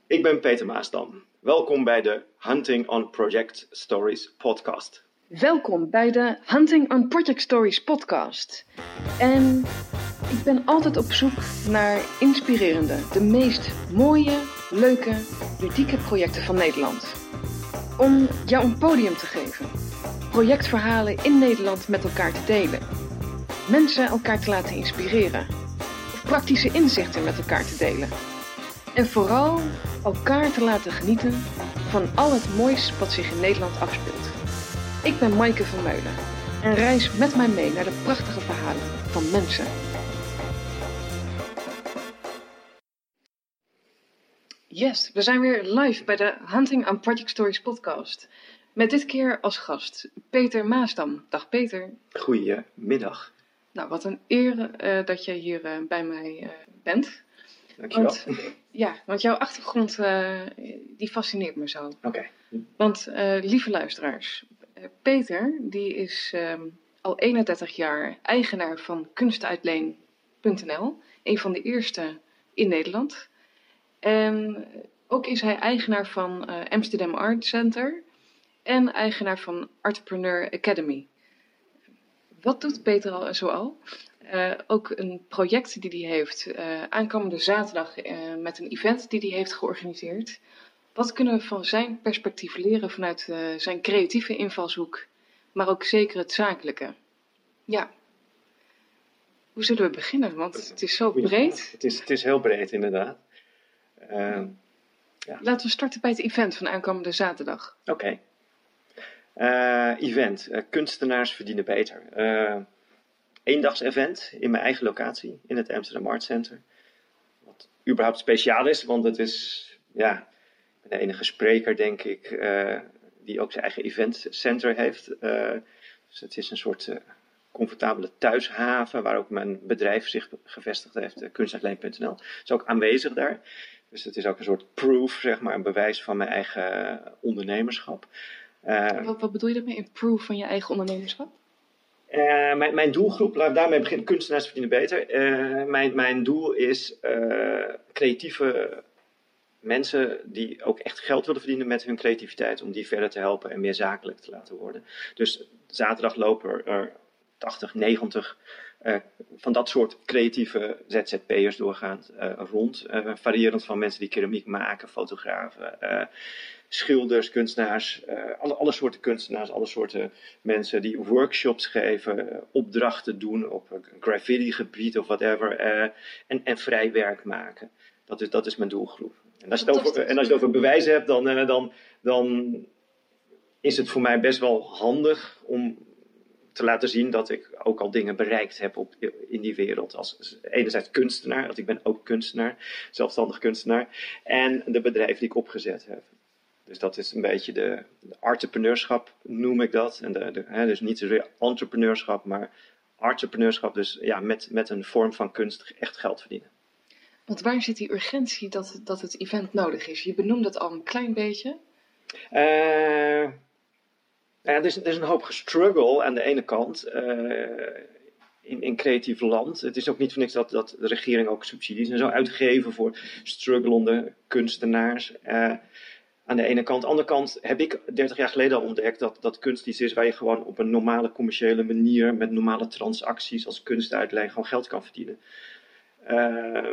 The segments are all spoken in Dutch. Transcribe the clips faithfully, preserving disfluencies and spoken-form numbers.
Ik ben Peter Maasdam. Welkom bij de Hunting on Project Stories podcast. Welkom bij de Hunting on Project Stories podcast. En ik ben altijd op zoek naar inspirerende, de meest mooie, leuke, ludieke projecten van Nederland. Om jou een podium te geven. Projectverhalen in Nederland met elkaar te delen. Mensen elkaar te laten inspireren. Of praktische inzichten met elkaar te delen. En vooral elkaar te laten genieten van al het moois wat zich in Nederland afspeelt. Ik ben Maaike Vermeulen en reis met mij mee naar de prachtige verhalen van mensen. Yes, we zijn weer live bij de Hunting on Project Stories podcast. Met dit keer als gast Peter Maasdam. Dag Peter. Goedemiddag. Nou, wat een eer uh, dat je hier uh, bij mij uh, bent. Dankjewel. Want, ja, want jouw achtergrond uh, die fascineert me zo. Oké. Okay. Want uh, lieve luisteraars, uh, Peter die is um, al eenendertig jaar eigenaar van kunstuitleen punt n l. Een van de eerste in Nederland. En ook is hij eigenaar van uh, Amsterdam Art Center en eigenaar van Artpreneur Academy. Wat doet Peter al zoal? Uh, ook een project die hij heeft, uh, aankomende zaterdag uh, met een event die hij heeft georganiseerd. Wat kunnen we van zijn perspectief leren vanuit uh, zijn creatieve invalshoek, maar ook zeker het zakelijke? Ja, hoe zullen we beginnen? Want het is zo breed. Het is, het is heel breed inderdaad. Uh, ja. Laten we starten bij het event van aankomende zaterdag. Oké. Okay. Uh, event, uh, kunstenaars verdienen beter. Uh, eendags event in mijn eigen locatie, in het Amsterdam Art Center. Wat überhaupt speciaal is, want het is, ja, ik ben de enige spreker, denk ik, uh, die ook zijn eigen eventcenter heeft. Uh, dus het is een soort uh, comfortabele thuishaven, waar ook mijn bedrijf zich gevestigd heeft, uh, kunstuitleen punt n l. Het is ook aanwezig daar. Dus het is ook een soort proof, zeg maar, een bewijs van mijn eigen ondernemerschap. Uh, wat, wat bedoel je daarmee, een proof van je eigen ondernemerschap? Uh, mijn, mijn doelgroep, laat ik daarmee beginnen, kunstenaars verdienen beter. Uh, mijn, mijn doel is uh, creatieve mensen die ook echt geld willen verdienen met hun creativiteit, om die verder te helpen en meer zakelijk te laten worden. Dus zaterdag lopen er tachtig, negentig uh, van dat soort creatieve Z Z P'ers doorgaand uh, rond. Uh, variërend van mensen die keramiek maken, fotografen, uh, schilders, kunstenaars, uh, alle, alle soorten kunstenaars, alle soorten mensen die workshops geven, uh, opdrachten doen op een graffiti gebied of whatever, uh, en, en vrij werk maken. Dat is, dat is mijn doelgroep. En als je het over, en als je het over bewijzen hebt, dan, uh, dan, dan is het voor mij best wel handig om te laten zien dat ik ook al dingen bereikt heb op, in die wereld. Als enerzijds kunstenaar, want ik ben ook kunstenaar, zelfstandig kunstenaar, en de bedrijven die ik opgezet heb. Dus dat is een beetje de, de entrepreneurschap, noem ik dat. En de, de, hè, dus niet zozeer entrepreneurschap, maar entrepreneurschap. Dus ja, met, met een vorm van kunst echt geld verdienen. Want waar zit die urgentie dat, dat het event nodig is? Je benoemde het al een klein beetje. Uh, ja, er, is, er is een hoop gestruggle aan de ene kant uh, in, in creatief land. Het is ook niet voor niks dat, dat de regering ook subsidies en zo uitgeven voor strugglende kunstenaars. Uh, Aan de ene kant. Aan de andere kant heb ik dertig jaar geleden al ontdekt dat, dat kunst iets is waar je gewoon op een normale commerciële manier met normale transacties als kunstuitleen gewoon geld kan verdienen. Uh,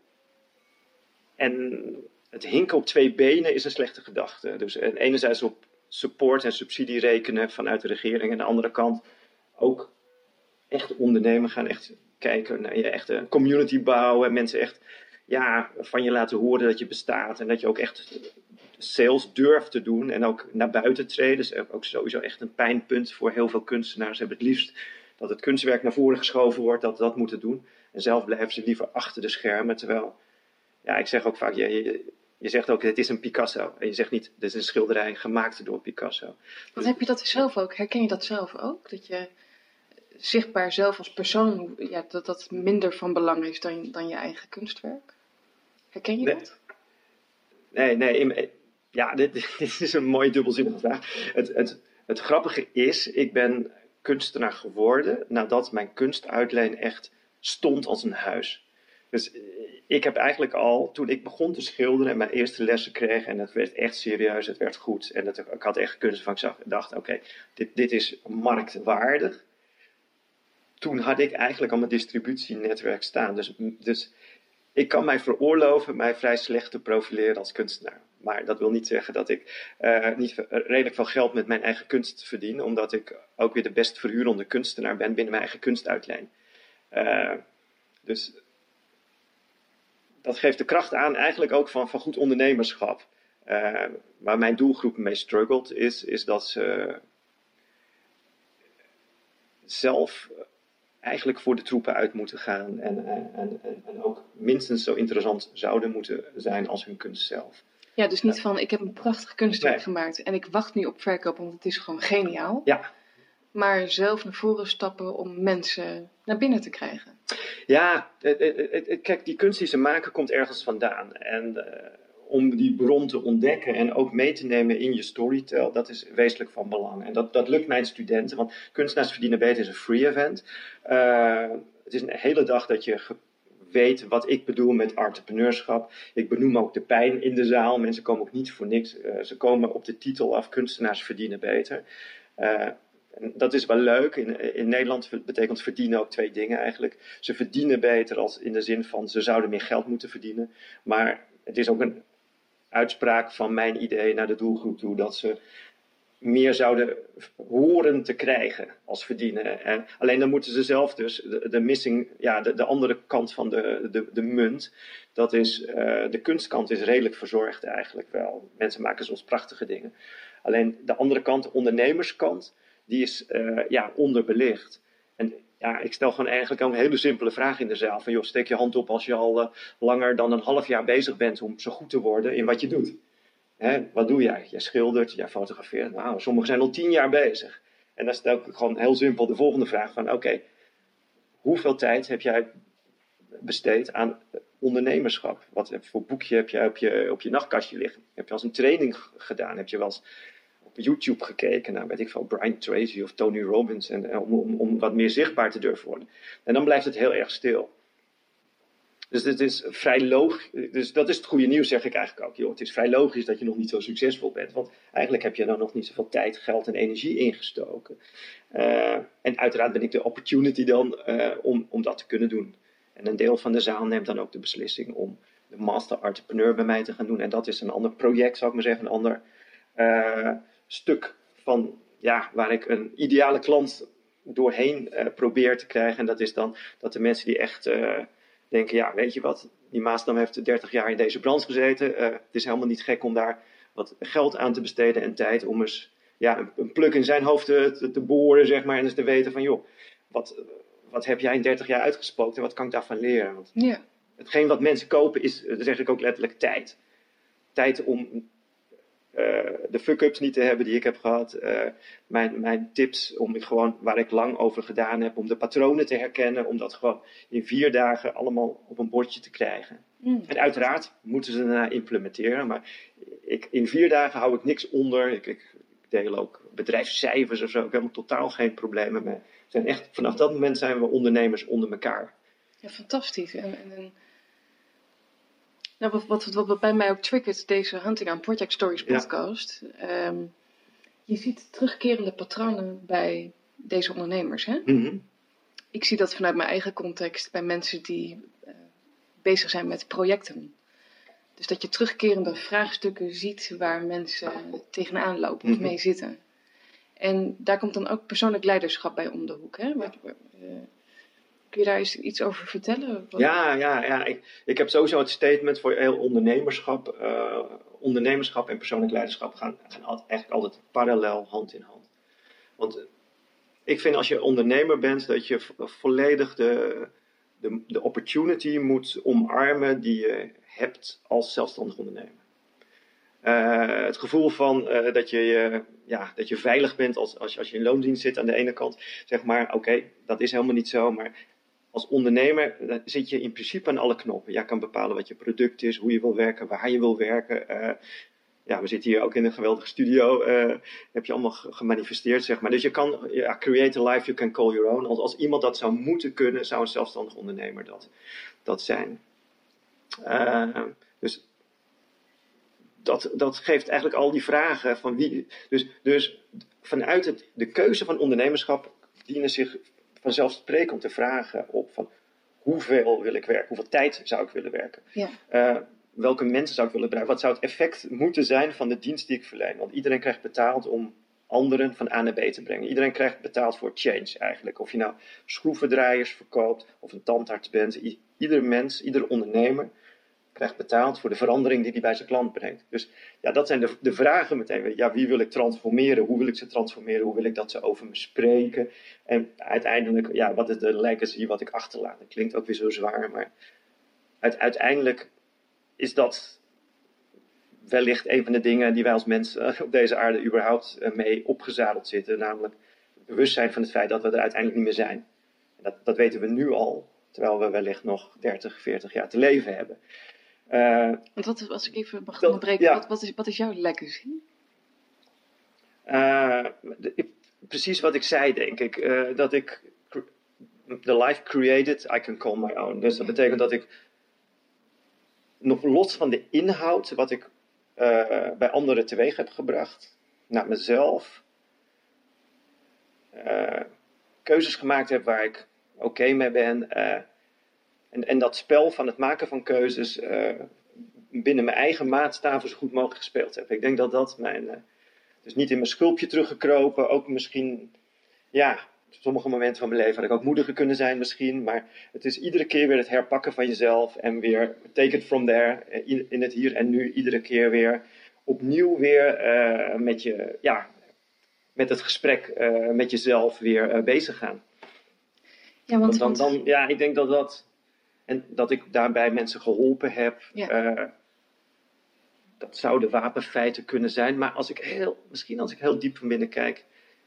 en het hinken op twee benen is een slechte gedachte. Dus enerzijds op support en subsidie rekenen vanuit de regering. En aan de andere kant ook echt ondernemen gaan. Echt kijken naar je echte community bouwen. En mensen echt ja, van je laten horen dat je bestaat. En dat je ook echt sales durft te doen en ook naar buiten treden. Dat is ook sowieso echt een pijnpunt voor heel veel kunstenaars. Ze hebben het liefst dat het kunstwerk naar voren geschoven wordt, dat dat moeten doen. En zelf blijven ze liever achter de schermen. Terwijl, ja, ik zeg ook vaak, je, je, je zegt ook, het is een Picasso. En je zegt niet, dit is een schilderij gemaakt door Picasso. Want dus, heb je dat zelf ook? Herken je dat zelf ook? Dat je zichtbaar zelf als persoon, ja, dat dat minder van belang is dan, dan je eigen kunstwerk? Herken je nee, dat? Nee, nee. In, ja, dit, dit is een mooie dubbelzinnige vraag. Het, het, het grappige is, ik ben kunstenaar geworden nadat mijn kunstuitleen echt stond als een huis. Dus ik heb eigenlijk al, toen ik begon te schilderen en mijn eerste lessen kreeg, en het werd echt serieus, het werd goed. En het, ik had echt kunst van ik zag, dacht, oké, okay, dit, dit is marktwaardig. Toen had ik eigenlijk al mijn distributienetwerk staan. Dus, dus ik kan mij veroorloven mij vrij slecht te profileren als kunstenaar. Maar dat wil niet zeggen dat ik uh, niet redelijk veel geld met mijn eigen kunst verdien. Omdat ik ook weer de best verhurende kunstenaar ben binnen mijn eigen kunstuitlijn. Uh, dus dat geeft de kracht aan eigenlijk ook van, van goed ondernemerschap. Uh, waar mijn doelgroep mee struggelt is, is dat ze zelf eigenlijk voor de troepen uit moeten gaan. En, en, en, en ook minstens zo interessant zouden moeten zijn als hun kunst zelf. Ja, dus niet van ik heb een prachtig kunststuk nee. gemaakt en ik wacht nu op verkoop, want het is gewoon geniaal. Ja. Maar zelf naar voren stappen om mensen naar binnen te krijgen. Ja, het, het, het, kijk, die kunst die ze maken komt ergens vandaan. En uh, om die bron te ontdekken en ook mee te nemen in je storytell, dat is wezenlijk van belang. En dat, dat lukt mijn studenten, want Kunstenaars Verdienen Beter is een free event. Uh, het is een hele dag dat je ge- weet wat ik bedoel met entrepreneurschap. Ik benoem ook de pijn in de zaal. Mensen komen ook niet voor niks. Uh, ze komen op de titel af, Kunstenaars Verdienen Beter. Uh, En dat is wel leuk. In, in Nederland betekent verdienen ook twee dingen eigenlijk. Ze verdienen beter als in de zin van ze zouden meer geld moeten verdienen. Maar het is ook een uitspraak van mijn idee naar de doelgroep toe dat ze meer zouden horen te krijgen als verdienen. En alleen dan moeten ze zelf dus de, de missing, ja, de, de andere kant van de, de, de munt. Dat is, uh, de kunstkant is redelijk verzorgd eigenlijk wel. Mensen maken soms prachtige dingen. Alleen de andere kant, de ondernemerskant, die is uh, ja, onderbelicht. En ja, ik stel gewoon eigenlijk een hele simpele vraag in de zaal. Van joh, steek je hand op als je al uh, langer dan een half jaar bezig bent om zo goed te worden in wat je doet. Hè, wat doe jij? Jij schildert, jij fotografeert. Nou, sommigen zijn al tien jaar bezig. En dan stel ik gewoon heel simpel de volgende vraag van oké, okay, hoeveel tijd heb jij besteed aan ondernemerschap? Wat voor boekje heb jij op je, op je nachtkastje liggen? Heb je al eens een training gedaan? Heb je wel eens op YouTube gekeken naar, weet ik veel, Brian Tracy of Tony Robbins, en, en om, om, om wat meer zichtbaar te durven worden. En dan blijft het heel erg stil. Dus het is vrij logisch, dus dat is het goede nieuws, zeg ik eigenlijk ook. Joh, het is vrij logisch dat je nog niet zo succesvol bent, want eigenlijk heb je dan nog niet zoveel tijd, geld en energie ingestoken. Uh, en uiteraard ben ik de opportunity dan uh, om, om dat te kunnen doen. En een deel van de zaal neemt dan ook de beslissing om de Master Entrepreneur bij mij te gaan doen. En dat is een ander project, zou ik maar zeggen, een ander uh, stuk van, ja, waar ik een ideale klant doorheen uh, probeer te krijgen. En dat is dan dat de mensen die echt uh, denken, ja, weet je wat, die Maasdam heeft dertig jaar in deze branche gezeten. Uh, het is helemaal niet gek om daar wat geld aan te besteden en tijd om eens ja, een, een pluk in zijn hoofd te, te, te boren, zeg maar, en eens te weten van, joh, wat, wat heb jij in dertig jaar uitgespookt en wat kan ik daarvan leren? Want ja. Hetgeen wat mensen kopen is, dat zeg ik ook letterlijk, tijd. Tijd om Uh, de fuck-ups niet te hebben die ik heb gehad. Uh, mijn, mijn tips om gewoon, waar ik lang over gedaan heb, om de patronen te herkennen, om dat gewoon in vier dagen allemaal op een bordje te krijgen. Mm. En uiteraard moeten ze daarna implementeren, maar ik, in vier dagen hou ik niks onder. Ik, ik deel ook bedrijfscijfers of zo. Ik heb er totaal geen problemen mee. Zijn echt, vanaf dat moment zijn we ondernemers onder elkaar. Ja, fantastisch. En, en, en... Nou, wat, wat, wat, wat bij mij ook triggert, deze Hunting on Project Stories podcast. Ja. Um, je ziet terugkerende patronen bij deze ondernemers. Hè? Mm-hmm. Ik zie dat vanuit mijn eigen context bij mensen die uh, bezig zijn met projecten. Dus dat je terugkerende vraagstukken ziet waar mensen tegenaan lopen of mm-hmm. mee zitten. En daar komt dan ook persoonlijk leiderschap bij om de hoek. Hè? Waar, waar, uh, Kun je daar eens iets over vertellen? Wat... Ja, ja, ja. Ik, ik heb sowieso het statement voor heel ondernemerschap. Uh, ondernemerschap en persoonlijk leiderschap gaan, gaan altijd, eigenlijk altijd parallel hand in hand. Want ik vind als je ondernemer bent dat je volledig de, de, de opportunity moet omarmen die je hebt als zelfstandig ondernemer. Uh, het gevoel van uh, dat, je, uh, ja, dat je veilig bent als, als, je, als je in loondienst zit aan de ene kant. Zeg maar, oké, okay, dat is helemaal niet zo, maar als ondernemer zit je in principe aan alle knoppen. Jij kan bepalen wat je product is, hoe je wil werken, waar je wil werken. Uh, ja, we zitten hier ook in een geweldige studio. Uh, heb je allemaal gemanifesteerd, zeg maar. Dus je kan, ja, create a life you can call your own. Als, als iemand dat zou moeten kunnen, zou een zelfstandig ondernemer dat, dat zijn. Uh, dus dat, dat geeft eigenlijk al die vragen van wie. Dus, dus vanuit het, de keuze van ondernemerschap dienen zich vanzelfsprekend om te vragen op van hoeveel wil ik werken, hoeveel tijd zou ik willen werken. Ja. Uh, welke mensen zou ik willen bereiken? Wat zou het effect moeten zijn van de dienst die ik verleen? Want iedereen krijgt betaald om anderen van A naar B te brengen. Iedereen krijgt betaald voor change eigenlijk. Of je nou schroevendraaiers verkoopt of een tandarts bent. I- ieder mens, ieder ondernemer krijgt betaald voor de verandering die hij bij zijn klant brengt. Dus ja, dat zijn de, de vragen meteen. Ja, wie wil ik transformeren? Hoe wil ik ze transformeren? Hoe wil ik dat ze over me spreken? En uiteindelijk, ja, wat is de legacy wat ik achterlaat? Dat klinkt ook weer zo zwaar, maar uit, uiteindelijk is dat wellicht een van de dingen die wij als mensen op deze aarde überhaupt mee opgezadeld zitten. Namelijk het bewustzijn van het feit dat we er uiteindelijk niet meer zijn. En dat, dat weten we nu al, terwijl we wellicht nog dertig, veertig jaar te leven hebben. Uh, Want wat, als ik even mag dat, onderbreken, ja. wat, wat, is, wat is jouw legacy? Uh, de, ik, precies wat ik zei, denk ik. Uh, dat ik the life created, I can call my own. Dus dat betekent dat ik nog los van de inhoud, wat ik uh, bij anderen teweeg heb gebracht, naar mezelf, uh, keuzes gemaakt heb waar ik oké okay mee ben. Uh, en, en dat spel van het maken van keuzes uh, binnen mijn eigen maatstaven zo goed mogelijk gespeeld heb. Ik denk dat dat mijn... Uh, dus niet in mijn schulpje teruggekropen, ook misschien, ja, sommige momenten van mijn leven had ik ook moediger kunnen zijn misschien, maar het is iedere keer weer het herpakken van jezelf en weer take it from there, in, in het hier en nu, iedere keer weer opnieuw weer uh, met je, ja, met het gesprek uh, met jezelf weer uh, bezig gaan. Ja, want, dan, dan, ja, ik denk dat dat, en dat ik daarbij mensen geholpen heb, ja. uh, dat zouden wapenfeiten kunnen zijn, maar als ik heel, misschien als ik heel diep van binnen kijk,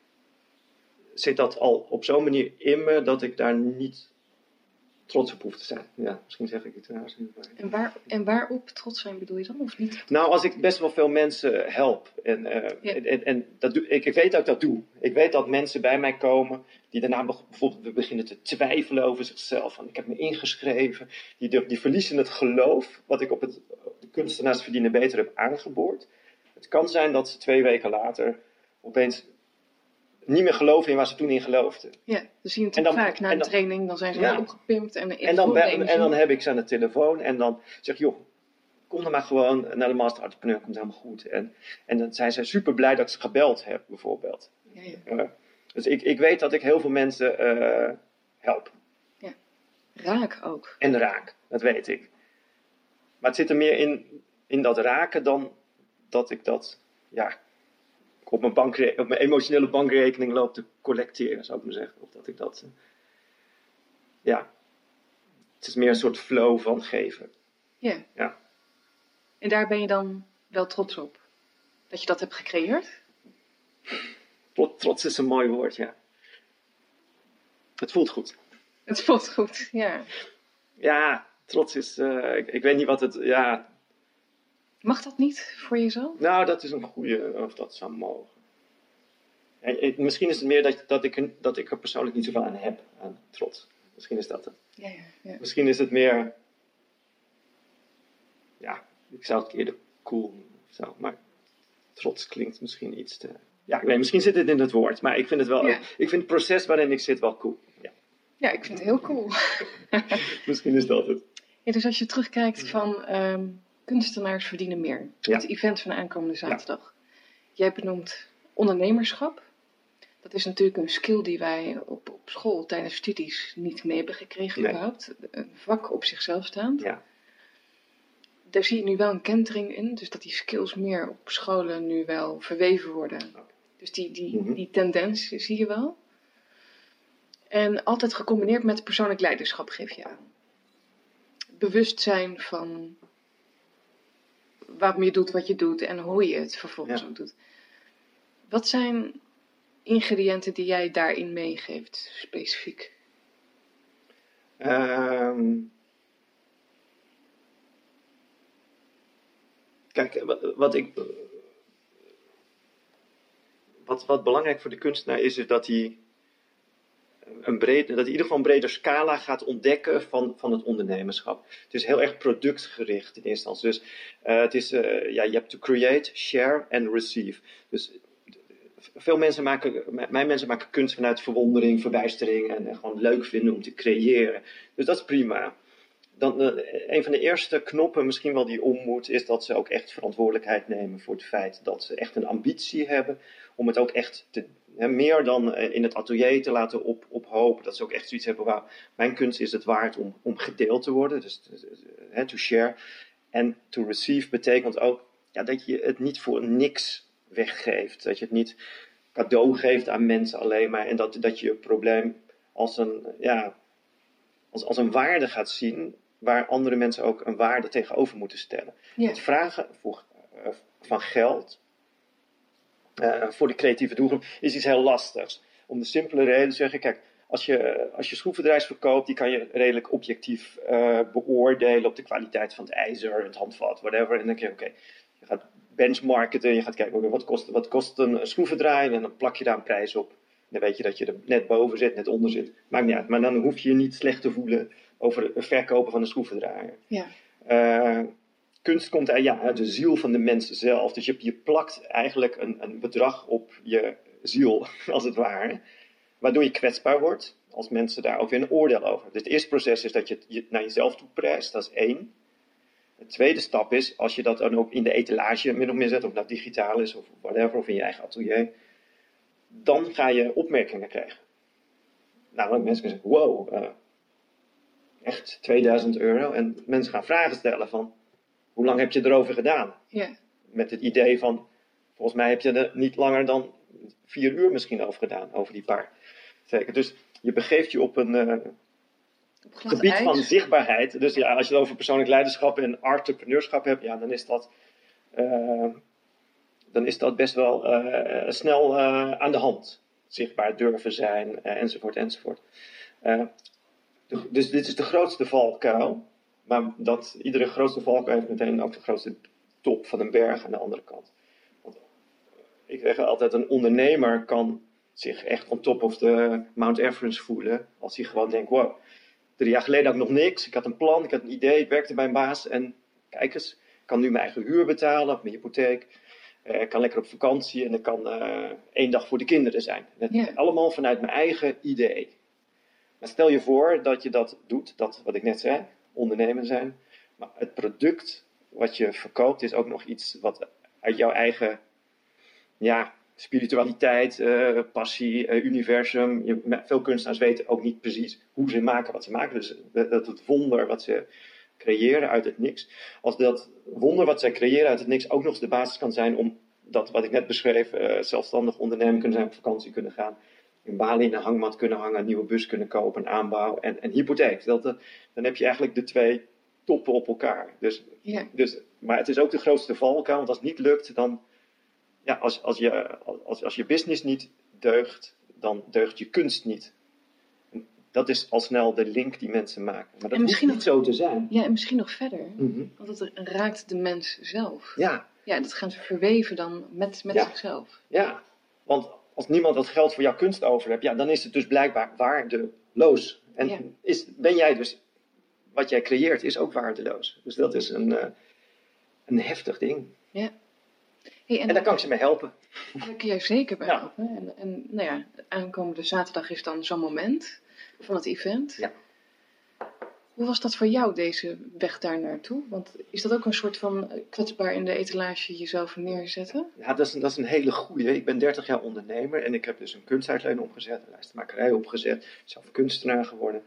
zit dat al op zo'n manier in me dat ik daar niet trots op hoef te zijn. Ja, misschien zeg ik het trouwens niet. En, waar, en waarop trots zijn bedoel je dan, of niet? Nou, als ik best wel veel mensen help. En, uh, ja. en, en dat doe, ik, ik weet dat ik dat doe. Ik weet dat mensen bij mij komen die daarna bijvoorbeeld beginnen te twijfelen over zichzelf. Van, ik heb me ingeschreven. Die, die verliezen het geloof wat ik op het de kunstenaars verdienen beter heb aangeboord. Het kan zijn dat ze twee weken later opeens niet meer geloven in waar ze toen in geloofden. Ja, dus zie je natuurlijk vaak na een dan, training, dan zijn ze ja. heel opgepimpt. En, en, dan, en dan heb ik ze aan de telefoon en dan zeg ik, joh, kom dan maar gewoon naar de Master Entrepreneur, komt helemaal goed. En, en dan zijn ze super blij dat ik ze gebeld heb, bijvoorbeeld. Ja, ja. Uh, dus ik, ik weet dat ik heel veel mensen uh, help. Ja, raak ook. En raak, dat weet ik. Maar het zit er meer in, in dat raken dan dat ik dat, ja, op mijn, bankre- op mijn emotionele bankrekening loop te collecteren, zou ik maar zeggen. Of dat ik dat, uh, ja, het is meer een soort flow van geven. Ja. Ja. En daar ben je dan wel trots op? Dat je dat hebt gecreëerd? Trots is een mooi woord, ja. Het voelt goed. Het voelt goed, ja. Ja, trots is, uh, ik, ik weet niet wat het, ja... Mag dat niet voor jezelf? Nou, dat is een goede, of dat zou mogen. En, ik, misschien is het meer dat, dat, ik, dat ik er persoonlijk niet zoveel aan heb, aan trots. Misschien is dat het. Ja, ja, ja. Misschien is het meer, ja, ik zou het eerder cool noemen of zo, maar trots klinkt misschien iets te... Ja, ik weet, misschien zit het in het woord, maar ik vind het wel, ja. ik vind het proces waarin ik zit wel cool. Ja, ja ik vind het heel cool. Misschien is dat het. Ja, dus als je terugkijkt van um, kunstenaars verdienen meer. Ja. Het event van de aankomende zaterdag. Ja. Jij benoemt ondernemerschap. Dat is natuurlijk een skill die wij op, op school tijdens studies niet mee hebben gekregen nee. überhaupt. Een vak op zichzelf staand. Ja. Daar zie je nu wel een kentering in. Dus dat die skills meer op scholen nu wel verweven worden. Okay. Dus die, die, mm-hmm. die tendens zie je wel. En altijd gecombineerd met persoonlijk leiderschap geef je aan. Bewustzijn van waarom je doet wat je doet en hoe je het vervolgens ja. ook doet. Wat zijn ingrediënten die jij daarin meegeeft, specifiek? Um, kijk, wat, wat ik... Wat, wat belangrijk voor de kunstenaar is, is dat hij een breed, dat in ieder geval een breder scala gaat ontdekken van, van het ondernemerschap. Het is heel erg productgericht in eerste instantie. Dus uh, het is, uh, ja, je hebt to create, share en receive. Dus veel mensen maken, mijn mensen maken kunst vanuit verwondering, verbijstering en, en gewoon leuk vinden om te creëren. Dus dat is prima. Dan, uh, een van de eerste knoppen, misschien wel die om moet, is dat ze ook echt verantwoordelijkheid nemen voor het feit dat ze echt een ambitie hebben om het ook echt te, hè, meer dan uh, in het atelier te laten op, ophopen. Dat ze ook echt zoiets hebben, wauw, mijn kunst is het waard om, om gedeeld te worden, dus uh, to share. En to receive betekent ook ja, dat je het niet voor niks weggeeft. Dat je het niet cadeau geeft aan mensen alleen maar. En dat, dat je je probleem als een, ja, als, als een waarde gaat zien, waar andere mensen ook een waarde tegenover moeten stellen. Ja. Het vragen voor, uh, van geld uh, voor de creatieve doelgroep is iets heel lastigs. Om de simpele reden zeg ik, kijk, als je, als je schroevendraaiers verkoopt, die kan je redelijk objectief uh, beoordelen op de kwaliteit van het ijzer, het handvat, whatever. En dan denk je, oké, okay, je gaat benchmarketen, je gaat kijken, okay, wat, kost, wat kost een schroevendraaier en dan plak je daar een prijs op. Dan weet je dat je er net boven zit, net onder zit. Maakt niet uit, maar dan hoef je je niet slecht te voelen over het verkopen van een schroevendraaier. Ja. Uh, kunst komt uit ja, de ziel van de mensen zelf. Dus je, je plakt eigenlijk een, een bedrag op je ziel, als het ware. Waardoor je kwetsbaar wordt, als mensen daar ook weer een oordeel over. Dus het eerste proces is dat je het naar jezelf toe prijst, dat is één. De tweede stap is, als je dat dan ook in de etalage min of meer zet, of dat digitaal is, of whatever, of in je eigen atelier, dan ga je opmerkingen krijgen. Namelijk mensen zeggen, wow, uh, echt tweeduizend euro. En mensen gaan vragen stellen van, hoe lang heb je erover gedaan? Ja. Met het idee van, volgens mij heb je er niet langer dan vier uur misschien over gedaan, over die paar. Zeker. Dus je begeeft je op een uh, op gebied ijs. Van zichtbaarheid. Dus ja, als je het over persoonlijk leiderschap en entrepreneurschap hebt, ja, dan is dat, uh, dan is dat best wel uh, snel uh, aan de hand. Zichtbaar durven zijn, uh, enzovoort, enzovoort. Uh, de, dus dit is de grootste valkuil. Maar dat iedere grootste valkuil heeft meteen ook de grootste top van een berg aan de andere kant. Want ik zeg altijd, een ondernemer kan zich echt on top of de Mount Everest voelen. Als hij gewoon denkt, wow, drie jaar geleden had ik nog niks. Ik had een plan, ik had een idee, ik werkte bij een baas. En kijk eens, ik kan nu mijn eigen huur betalen, of mijn hypotheek. Uh, ik kan lekker op vakantie en ik kan uh, één dag voor de kinderen zijn. Ja. Allemaal vanuit mijn eigen idee. Maar stel je voor dat je dat doet, dat wat ik net zei, ondernemer zijn. Maar het product wat je verkoopt is ook nog iets wat uit jouw eigen ja, spiritualiteit, uh, passie, uh, universum. Je, veel kunstenaars weten ook niet precies hoe ze maken wat ze maken. Dus dat het wonder wat ze creëren uit het niks. Als dat wonder wat zij creëren uit het niks ook nog eens de basis kan zijn om dat wat ik net beschreef, uh, zelfstandig ondernemer kunnen zijn, op vakantie kunnen gaan, in Bali in een hangmat kunnen hangen, een nieuwe bus kunnen kopen, een aanbouw en een hypotheek. Dat, uh, dan heb je eigenlijk de twee toppen op elkaar. Dus, ja. dus, maar het is ook de grootste valkuil, want als het niet lukt, dan ja, als, als, je, als, als je business niet deugt, dan deugt je kunst niet. En dat is al snel de link die mensen maken. Maar dat hoeft niet zo te zijn. Ja, en misschien nog verder. Mm-hmm. Want het raakt de mens zelf. Ja. Ja, dat gaan ze verweven dan met, met ja. zichzelf. Ja, want als niemand dat geld voor jouw kunst over hebt, ja, dan is het dus blijkbaar waardeloos. En ja. is, ben jij dus, wat jij creëert, is ook waardeloos. Dus dat is een, uh, een heftig ding. Ja. Hey, en, en daar kan ik ze mee helpen. Daar kun jij zeker bij ja. helpen. En, en nou ja, aankomende zaterdag is dan zo'n moment van het event. Ja. Hoe was dat voor jou, deze weg daar naartoe? Want is dat ook een soort van kwetsbaar in de etalage jezelf neerzetten? Ja, dat is, dat is een hele goeie. Ik ben dertig jaar ondernemer en ik heb dus een kunstuitleen opgezet, een lijstenmakerij opgezet, zelf kunstenaar geworden.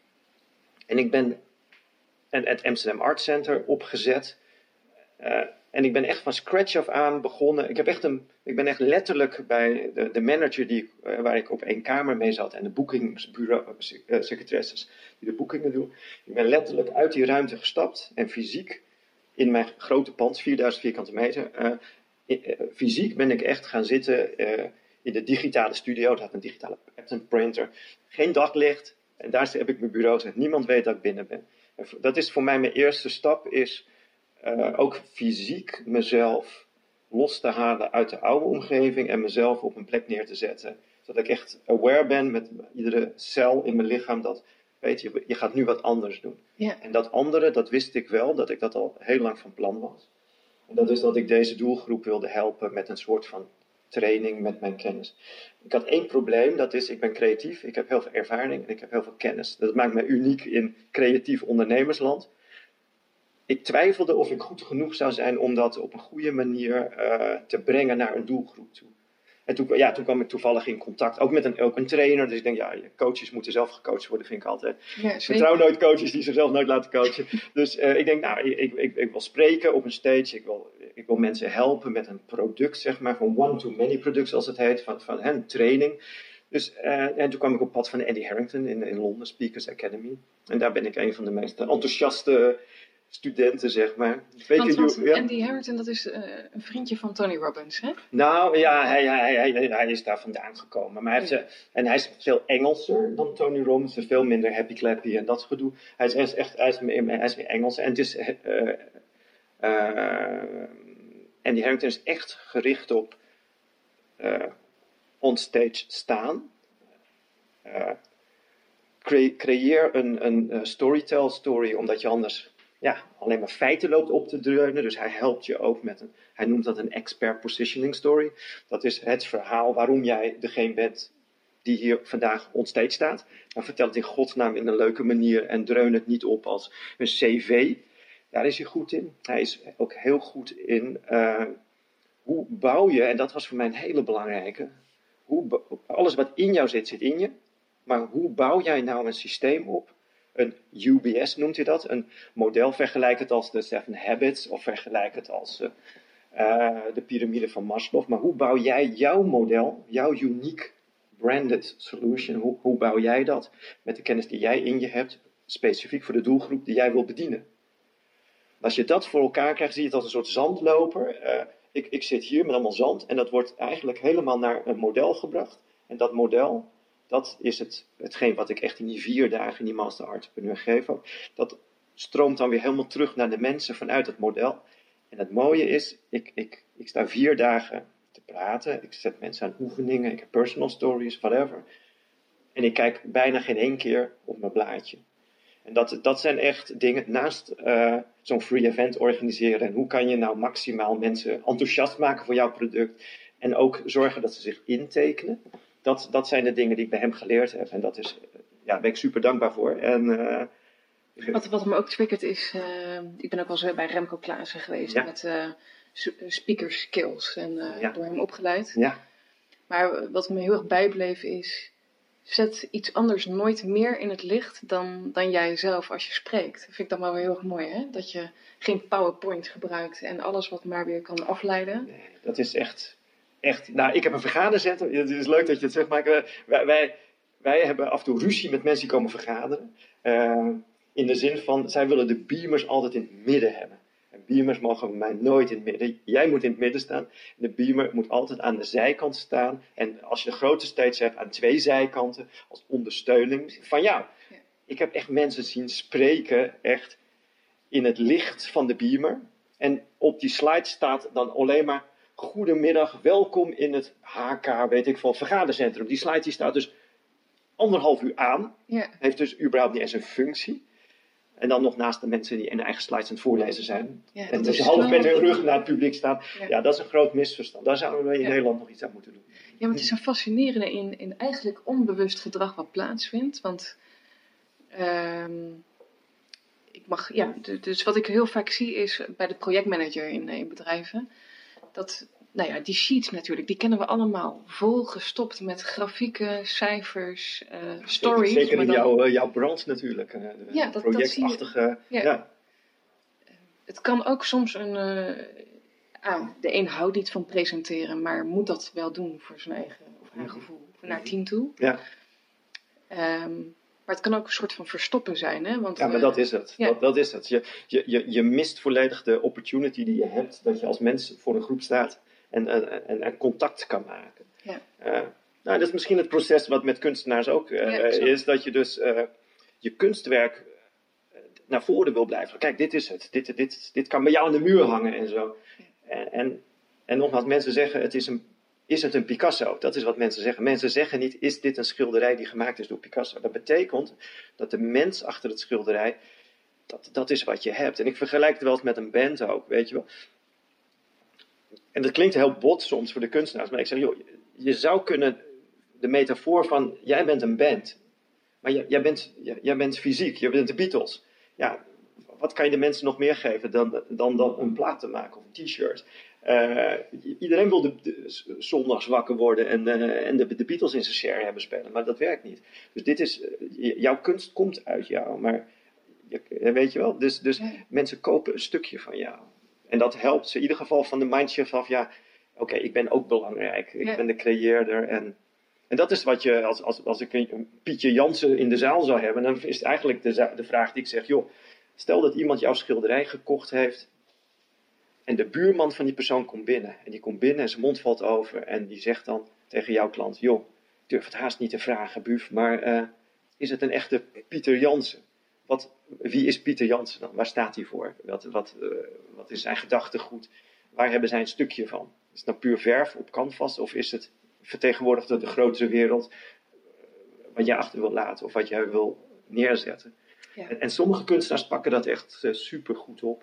En ik ben en het Amsterdam Art Center opgezet. Uh, en ik ben echt van scratch af aan begonnen. Ik, heb echt een, ik ben echt letterlijk bij de, de manager die, uh, waar ik op één kamer mee zat en de boekingsbureau, uh, secretaresses die de boekingen doen. Ik ben letterlijk uit die ruimte gestapt en fysiek in mijn grote pand, vierduizend vierkante meter, uh, in, uh, fysiek ben ik echt gaan zitten uh, in de digitale studio. Dat had een digitale printer, geen daglicht. En daar heb ik mijn bureau gezet. Niemand weet dat ik binnen ben. En dat is voor mij mijn eerste stap, is Uh, ook fysiek mezelf los te halen uit de oude omgeving en mezelf op een plek neer te zetten Zodat ik echt aware ben met iedere cel in mijn lichaam dat, weet je, je gaat nu wat anders doen. Ja. En dat andere, dat wist ik wel, dat ik dat al heel lang van plan was. En dat is dat ik deze doelgroep wilde helpen met een soort van training met mijn kennis. Ik had één probleem, dat is, ik ben creatief, ik heb heel veel ervaring en ik heb heel veel kennis. Dat maakt mij uniek in creatief ondernemersland. Ik twijfelde of ik goed genoeg zou zijn om dat op een goede manier uh, te brengen naar een doelgroep toe. En toen, ja, toen kwam ik toevallig in contact, ook met een, ook een trainer. Dus ik denk, ja, coaches moeten zelf gecoacht worden, vind ik altijd. Ja, ik vertrouw nooit coaches die zichzelf nooit laten coachen. Dus uh, ik denk, nou, ik, ik, ik wil spreken op een stage. Ik wil, ik wil mensen helpen met een product, zeg maar, van one-to-many product, zoals het heet, van, van een training. Dus, uh, en toen kwam ik op pad van Andy Harrington in, in Londen, Speakers Academy. En daar ben ik een van de meest enthousiaste studenten, zeg maar. Weet want, je, want ja? Andy Harrington, dat is uh, een vriendje van Tony Robbins, hè? Nou ja, hij, hij, hij, hij is daar vandaan gekomen. Maar hij heeft, ja. En hij is veel Engelser dan Tony Robbins. Veel minder happy clappy en dat gedoe. Hij is echt hij is meer, hij is meer Engels. En het is, uh, uh, Andy Harrington is echt gericht op uh, onstage staan. Uh, cre- creëer een, een uh, storytell story, omdat je anders ja, alleen maar feiten loopt op te dreunen. Dus hij helpt je ook met een, hij noemt dat een expert positioning story. Dat is het verhaal waarom jij degene bent die hier vandaag onstage staat. Maar vertel het in godsnaam in een leuke manier en dreun het niet op als een cv. Daar is hij goed in. Hij is ook heel goed in uh, hoe bouw je, en dat was voor mij een hele belangrijke, hoe, alles wat in jou zit, zit in je. Maar hoe bouw jij nou een systeem op? Een U B S noemt hij dat. Een model, vergelijk het als de Seven Habits of vergelijk het als uh, uh, de piramide van Maslow. Maar hoe bouw jij jouw model, jouw unique branded solution, hoe, hoe bouw jij dat met de kennis die jij in je hebt, specifiek voor de doelgroep die jij wil bedienen? Als je dat voor elkaar krijgt, zie je het als een soort zandloper. Uh, ik, ik zit hier met allemaal zand en dat wordt eigenlijk helemaal naar een model gebracht. En dat model, dat is het, hetgeen wat ik echt in die vier dagen in die Master Entrepreneur geef ook. Dat stroomt dan weer helemaal terug naar de mensen vanuit het model. En het mooie is, ik, ik, ik sta vier dagen te praten. Ik zet mensen aan oefeningen, ik heb personal stories, whatever. En ik kijk bijna geen één keer op mijn blaadje. En dat, dat zijn echt dingen naast uh, zo'n free event organiseren. En hoe kan je nou maximaal mensen enthousiast maken voor jouw product. En ook zorgen dat ze zich intekenen. Dat, dat zijn de dingen die ik bij hem geleerd heb. En dat is, ja, daar ben ik super dankbaar voor. En, uh, wat, wat me ook triggert is, uh, ik ben ook wel eens bij Remco Klaassen geweest. Ja. Met uh, speaker skills. En uh, ja. door hem opgeleid. Ja. Maar wat me heel erg bijbleef is, zet iets anders nooit meer in het licht dan, dan jij zelf als je spreekt. Dat vind ik dan wel heel erg mooi, hè? Dat je geen PowerPoint gebruikt en alles wat maar weer kan afleiden. Nee, dat is echt, echt... Nou, ik heb een vergadercentrum. Het is leuk dat je het zegt, maar wij, wij, wij hebben af en toe ruzie met mensen die komen vergaderen. Uh, in de zin van, zij willen de beamers altijd in het midden hebben. En beamers mogen bij mij nooit in het midden. Jij moet in het midden staan. De beamer moet altijd aan de zijkant staan. En als je de grote stage hebt, aan twee zijkanten. Als ondersteuning van jou. Ja. Ik heb echt mensen zien spreken. Echt in het licht van de beamer. En op die slide staat dan alleen maar. Goedemiddag, welkom in het H K, weet ik veel, vergadercentrum. Die slide die staat dus anderhalf uur aan. Ja. Heeft dus überhaupt niet eens een functie. En dan nog naast de mensen die in eigen slides aan het voorlezen zijn. Ja, en dus half met hun rug naar het publiek staan. Ja. ja, dat is een groot misverstand. Daar zouden we in ja. Nederland nog iets aan moeten doen. Ja, maar het is een fascinerende in, in eigenlijk onbewust gedrag wat plaatsvindt. Want um, ik mag, ja, dus wat ik heel vaak zie is bij de projectmanager in, in bedrijven. Dat, nou ja, die sheets natuurlijk, die kennen we allemaal. Volgestopt met grafieken, cijfers, uh, stories. Zeker, zeker maar in dan, jouw, uh, jouw branche natuurlijk. Uh, ja, dat, projectachtige. Dat zie je, ja. Ja. Het kan ook soms een... Uh, ah, de een houdt niet van presenteren, maar moet dat wel doen voor zijn eigen of haar gevoel. Naar het team toe. Ja. Um, maar het kan ook een soort van verstoppen zijn. Hè? Want, ja, maar uh, dat is het. Ja. Dat, dat is het. Je, je, je, je mist volledig de opportunity die je hebt. Dat je als mens voor een groep staat en, en, en, en contact kan maken. Ja. Uh, nou, dat is misschien het proces wat met kunstenaars ook uh, ja, is. Dat je dus uh, je kunstwerk naar voren wil blijven. Kijk, dit is het. Dit, dit, dit kan bij jou aan de muur hangen en zo. Ja. En, en, en nogmaals, mensen zeggen het is een is het een Picasso? Dat is wat mensen zeggen. Mensen zeggen niet, is dit een schilderij die gemaakt is door Picasso? Dat betekent dat de mens achter het schilderij, dat, dat is wat je hebt. En ik vergelijk het wel eens met een band ook, weet je wel. En dat klinkt heel bot soms voor de kunstenaars, maar ik zeg, joh, je zou kunnen, de metafoor van, jij bent een band, maar jij, jij, bent, jij, jij bent fysiek, je bent de Beatles. Ja, wat kan je de mensen nog meer geven dan, dan, dan een plaat te maken of een t-shirt? Uh, iedereen wil de, de, zondags wakker worden en, uh, en de, de Beatles in zijn share hebben spelen, maar dat werkt niet. Dus dit is, uh, jouw kunst komt uit jou, maar je, weet je wel, dus, dus ja. Mensen kopen een stukje van jou. En dat helpt ze in ieder geval van de mindshift af, ja, oké, okay, ik ben ook belangrijk, ik ja. ben de creëerder en... En dat is wat je, als, als, als ik een Pietje Jansen in de zaal zou hebben, dan is het eigenlijk de, de vraag die ik zeg, joh, stel dat iemand jouw schilderij gekocht heeft en de buurman van die persoon komt binnen. En die komt binnen en zijn mond valt over en die zegt dan tegen jouw klant, joh, ik durf het haast niet te vragen, buf, maar uh, is het een echte Pieter Jansen? Wat, wie is Pieter Jansen dan? Waar staat hij voor? Wat, wat, uh, wat is zijn gedachtegoed? Waar hebben zij een stukje van? Is het nou puur verf op canvas of is het vertegenwoordigt de grotere wereld wat je achter wil laten of wat jij wil neerzetten. Ja. En, en sommige kunstenaars pakken dat echt uh, super goed op.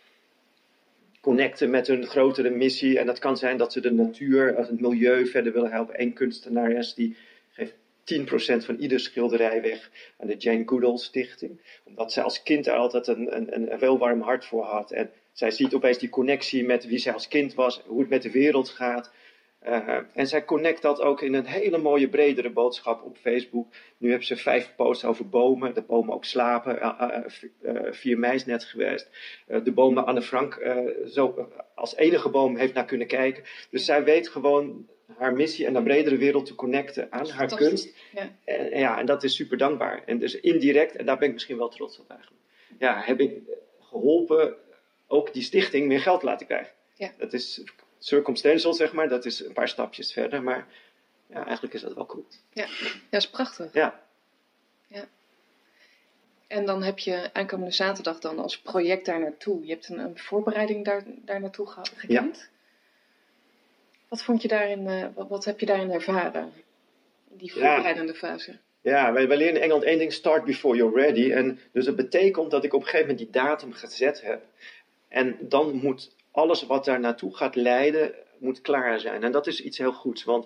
Connecten met een grotere missie en dat kan zijn dat ze de natuur, het milieu verder willen helpen. Eén kunstenaar is die geeft tien procent van ieder schilderij weg aan de Jane Goodall Stichting. Omdat zij als kind er altijd een, een, een heel warm hart voor had. En zij ziet opeens die connectie met wie zij als kind was, hoe het met de wereld gaat. Uh, en zij connect dat ook in een hele mooie bredere boodschap op Facebook. Nu hebben ze vijf posts over bomen, dat bomen ook slapen. Uh, uh, uh, vier mei is net geweest. Uh, de bomen Anne Frank uh, zo, uh, als enige boom heeft naar kunnen kijken. Dus zij weet gewoon haar missie en de bredere wereld te connecten aan haar kunst. Ja. En, ja, en dat is super dankbaar. En dus indirect, en daar ben ik misschien wel trots op eigenlijk. Ja, heb ik geholpen ook die stichting meer geld laten krijgen. Ja. Dat is circumstantial, zeg maar. Dat is een paar stapjes verder. Maar ja, eigenlijk is dat wel cool. Ja, dat is prachtig. Ja. Ja. En dan heb je aankomende zaterdag dan als project daar naartoe. Je hebt een, een voorbereiding daar, daar naartoe ge- gekend. Ja. Wat vond je daarin, uh, wat, wat heb je daarin ervaren? In die voorbereidende ja. fase? Ja, wij, wij leren in Engeland één ding, start before you're ready. En dus dat betekent dat ik op een gegeven moment die datum gezet heb. En dan moet alles wat daar naartoe gaat leiden, moet klaar zijn. En dat is iets heel goeds, want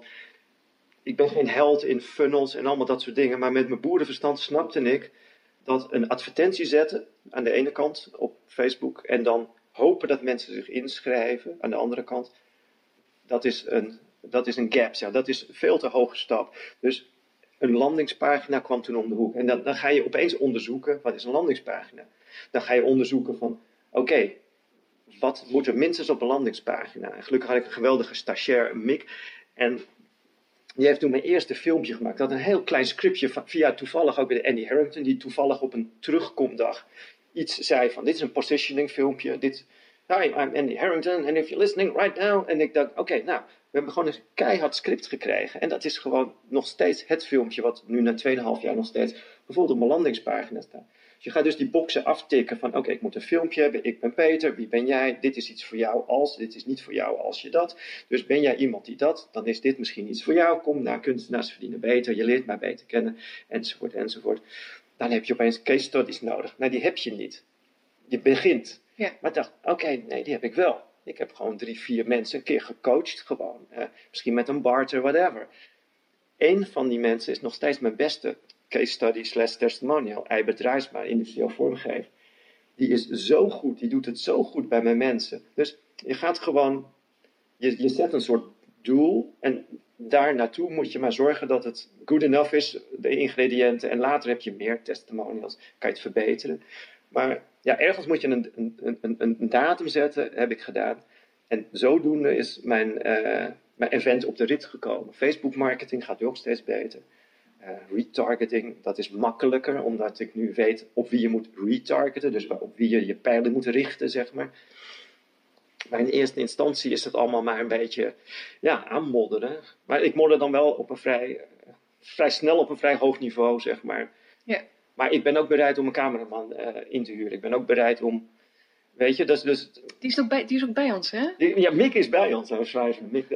ik ben geen held in funnels en allemaal dat soort dingen. Maar met mijn boerenverstand snapte ik dat een advertentie zetten aan de ene kant op Facebook en dan hopen dat mensen zich inschrijven aan de andere kant. Dat is een, dat is een gap, ja. Dat is een veel te hoge stap. Dus een landingspagina kwam toen om de hoek. En dan, dan ga je opeens onderzoeken, wat is een landingspagina? Dan ga je onderzoeken van, oké, okay, wat moet er minstens op een landingspagina? En gelukkig had ik een geweldige stagiair, Mick. En die heeft toen mijn eerste filmpje gemaakt. Dat had een heel klein scriptje van, via toevallig ook bij Andy Harrington, die toevallig op een terugkomdag iets zei van, dit is een positioning filmpje, dit... Hi, I'm Andy Harrington, and if you're listening right now. En ik dacht, oké, okay, nou, we hebben gewoon een keihard script gekregen. En dat is gewoon nog steeds het filmpje wat nu na twee komma vijf jaar nog steeds bijvoorbeeld op mijn landingspagina staat. Dus je gaat dus die boxen aftikken van, oké, okay, ik moet een filmpje hebben, ik ben Peter, wie ben jij? Dit is iets voor jou als, dit is niet voor jou als je dat. Dus ben jij iemand die dat, dan is dit misschien iets voor jou. Kom naar Kunstenaars Verdienen Beter, je leert mij beter kennen, enzovoort, enzovoort. Dan heb je opeens case studies nodig. Nou, die heb je niet. Je begint. Ja. Maar ik dacht, oké, okay, nee, die heb ik wel. Ik heb gewoon drie, vier mensen een keer gecoacht, gewoon. Eh, misschien met een barter, whatever. Eén van die mensen is nog steeds mijn beste case study slash testimonial. Eibert Drijsma, industrieel vormgever. Die is zo goed, die doet het zo goed bij mijn mensen. Dus je gaat gewoon, je, je zet een soort doel en daar naartoe moet je maar zorgen dat het good enough is, de ingrediënten. En later heb je meer testimonials, kan je het verbeteren. Maar ja, ergens moet je een, een, een, een datum zetten, heb ik gedaan. En zodoende is mijn, uh, mijn event op de rit gekomen. Facebook marketing gaat nu ook steeds beter. Uh, retargeting, dat is makkelijker, omdat ik nu weet op wie je moet retargeten. Dus op wie je je pijlen moet richten, zeg maar. Maar in eerste instantie is het allemaal maar een beetje ja, aanmodderen. Maar ik modder dan wel op een vrij, vrij snel op een vrij hoog niveau, zeg maar. Ja. Maar ik ben ook bereid om een cameraman uh, in te huren. Ik ben ook bereid om Weet je, dus... dus die, is ook bij, die is ook bij ons, hè? Die, ja, Mick is bij ons. Oh, schrijven. Mick.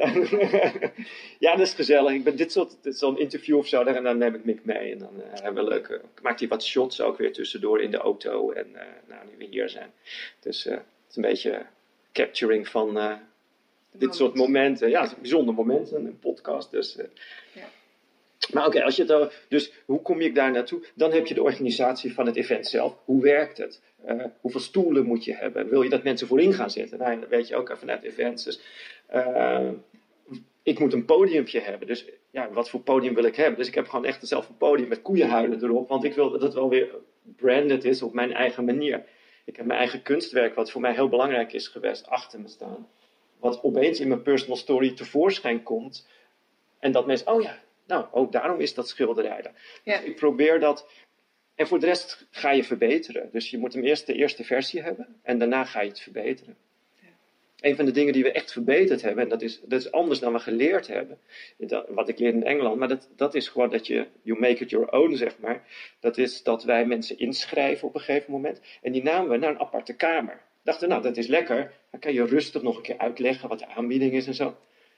Ja, dat is gezellig. Ik ben dit soort, dit zo'n interview of zo, en dan neem ik Mick mee. En dan uh, hebben we leuk, uh, maakt hij wat shots ook weer tussendoor in de auto. En uh, nou, nu we hier zijn. Dus uh, het is een beetje capturing van uh, dit moment. soort momenten. Ja, het is een bijzonder moment, een podcast. Dus... Uh, ja. Maar oké, als je het dus hoe kom je daar naartoe? Dan heb je de organisatie van het event zelf. Hoe werkt het? Uh, hoeveel stoelen moet je hebben? Wil je dat mensen voorin gaan zitten? Nou, dat weet je ook vanuit events. Dus, uh, ik moet een podiumpje hebben. Dus ja, wat voor podium wil ik hebben? Dus ik heb gewoon echt zelf een podium met koeienhuiden erop. Want ik wil dat het wel weer branded is op mijn eigen manier. Ik heb mijn eigen kunstwerk, wat voor mij heel belangrijk is geweest, achter me staan. Wat opeens in mijn personal story tevoorschijn komt. En dat mensen, oh ja, nou, ook daarom is dat schilderij er. Ja. Dus ik probeer dat. En voor de rest ga je verbeteren. Dus je moet hem eerst de eerste versie hebben. En daarna ga je het verbeteren. Ja. Een van de dingen die we echt verbeterd hebben. En dat is, dat is anders dan we geleerd hebben. Dat, wat ik leerde in Engeland. Maar dat, dat is gewoon dat je. You make it your own, zeg maar. Dat is dat wij mensen inschrijven op een gegeven moment. En die namen we naar een aparte kamer. Dachten, nou, dat is lekker. Dan kan je rustig nog een keer uitleggen wat de aanbieding is en zo.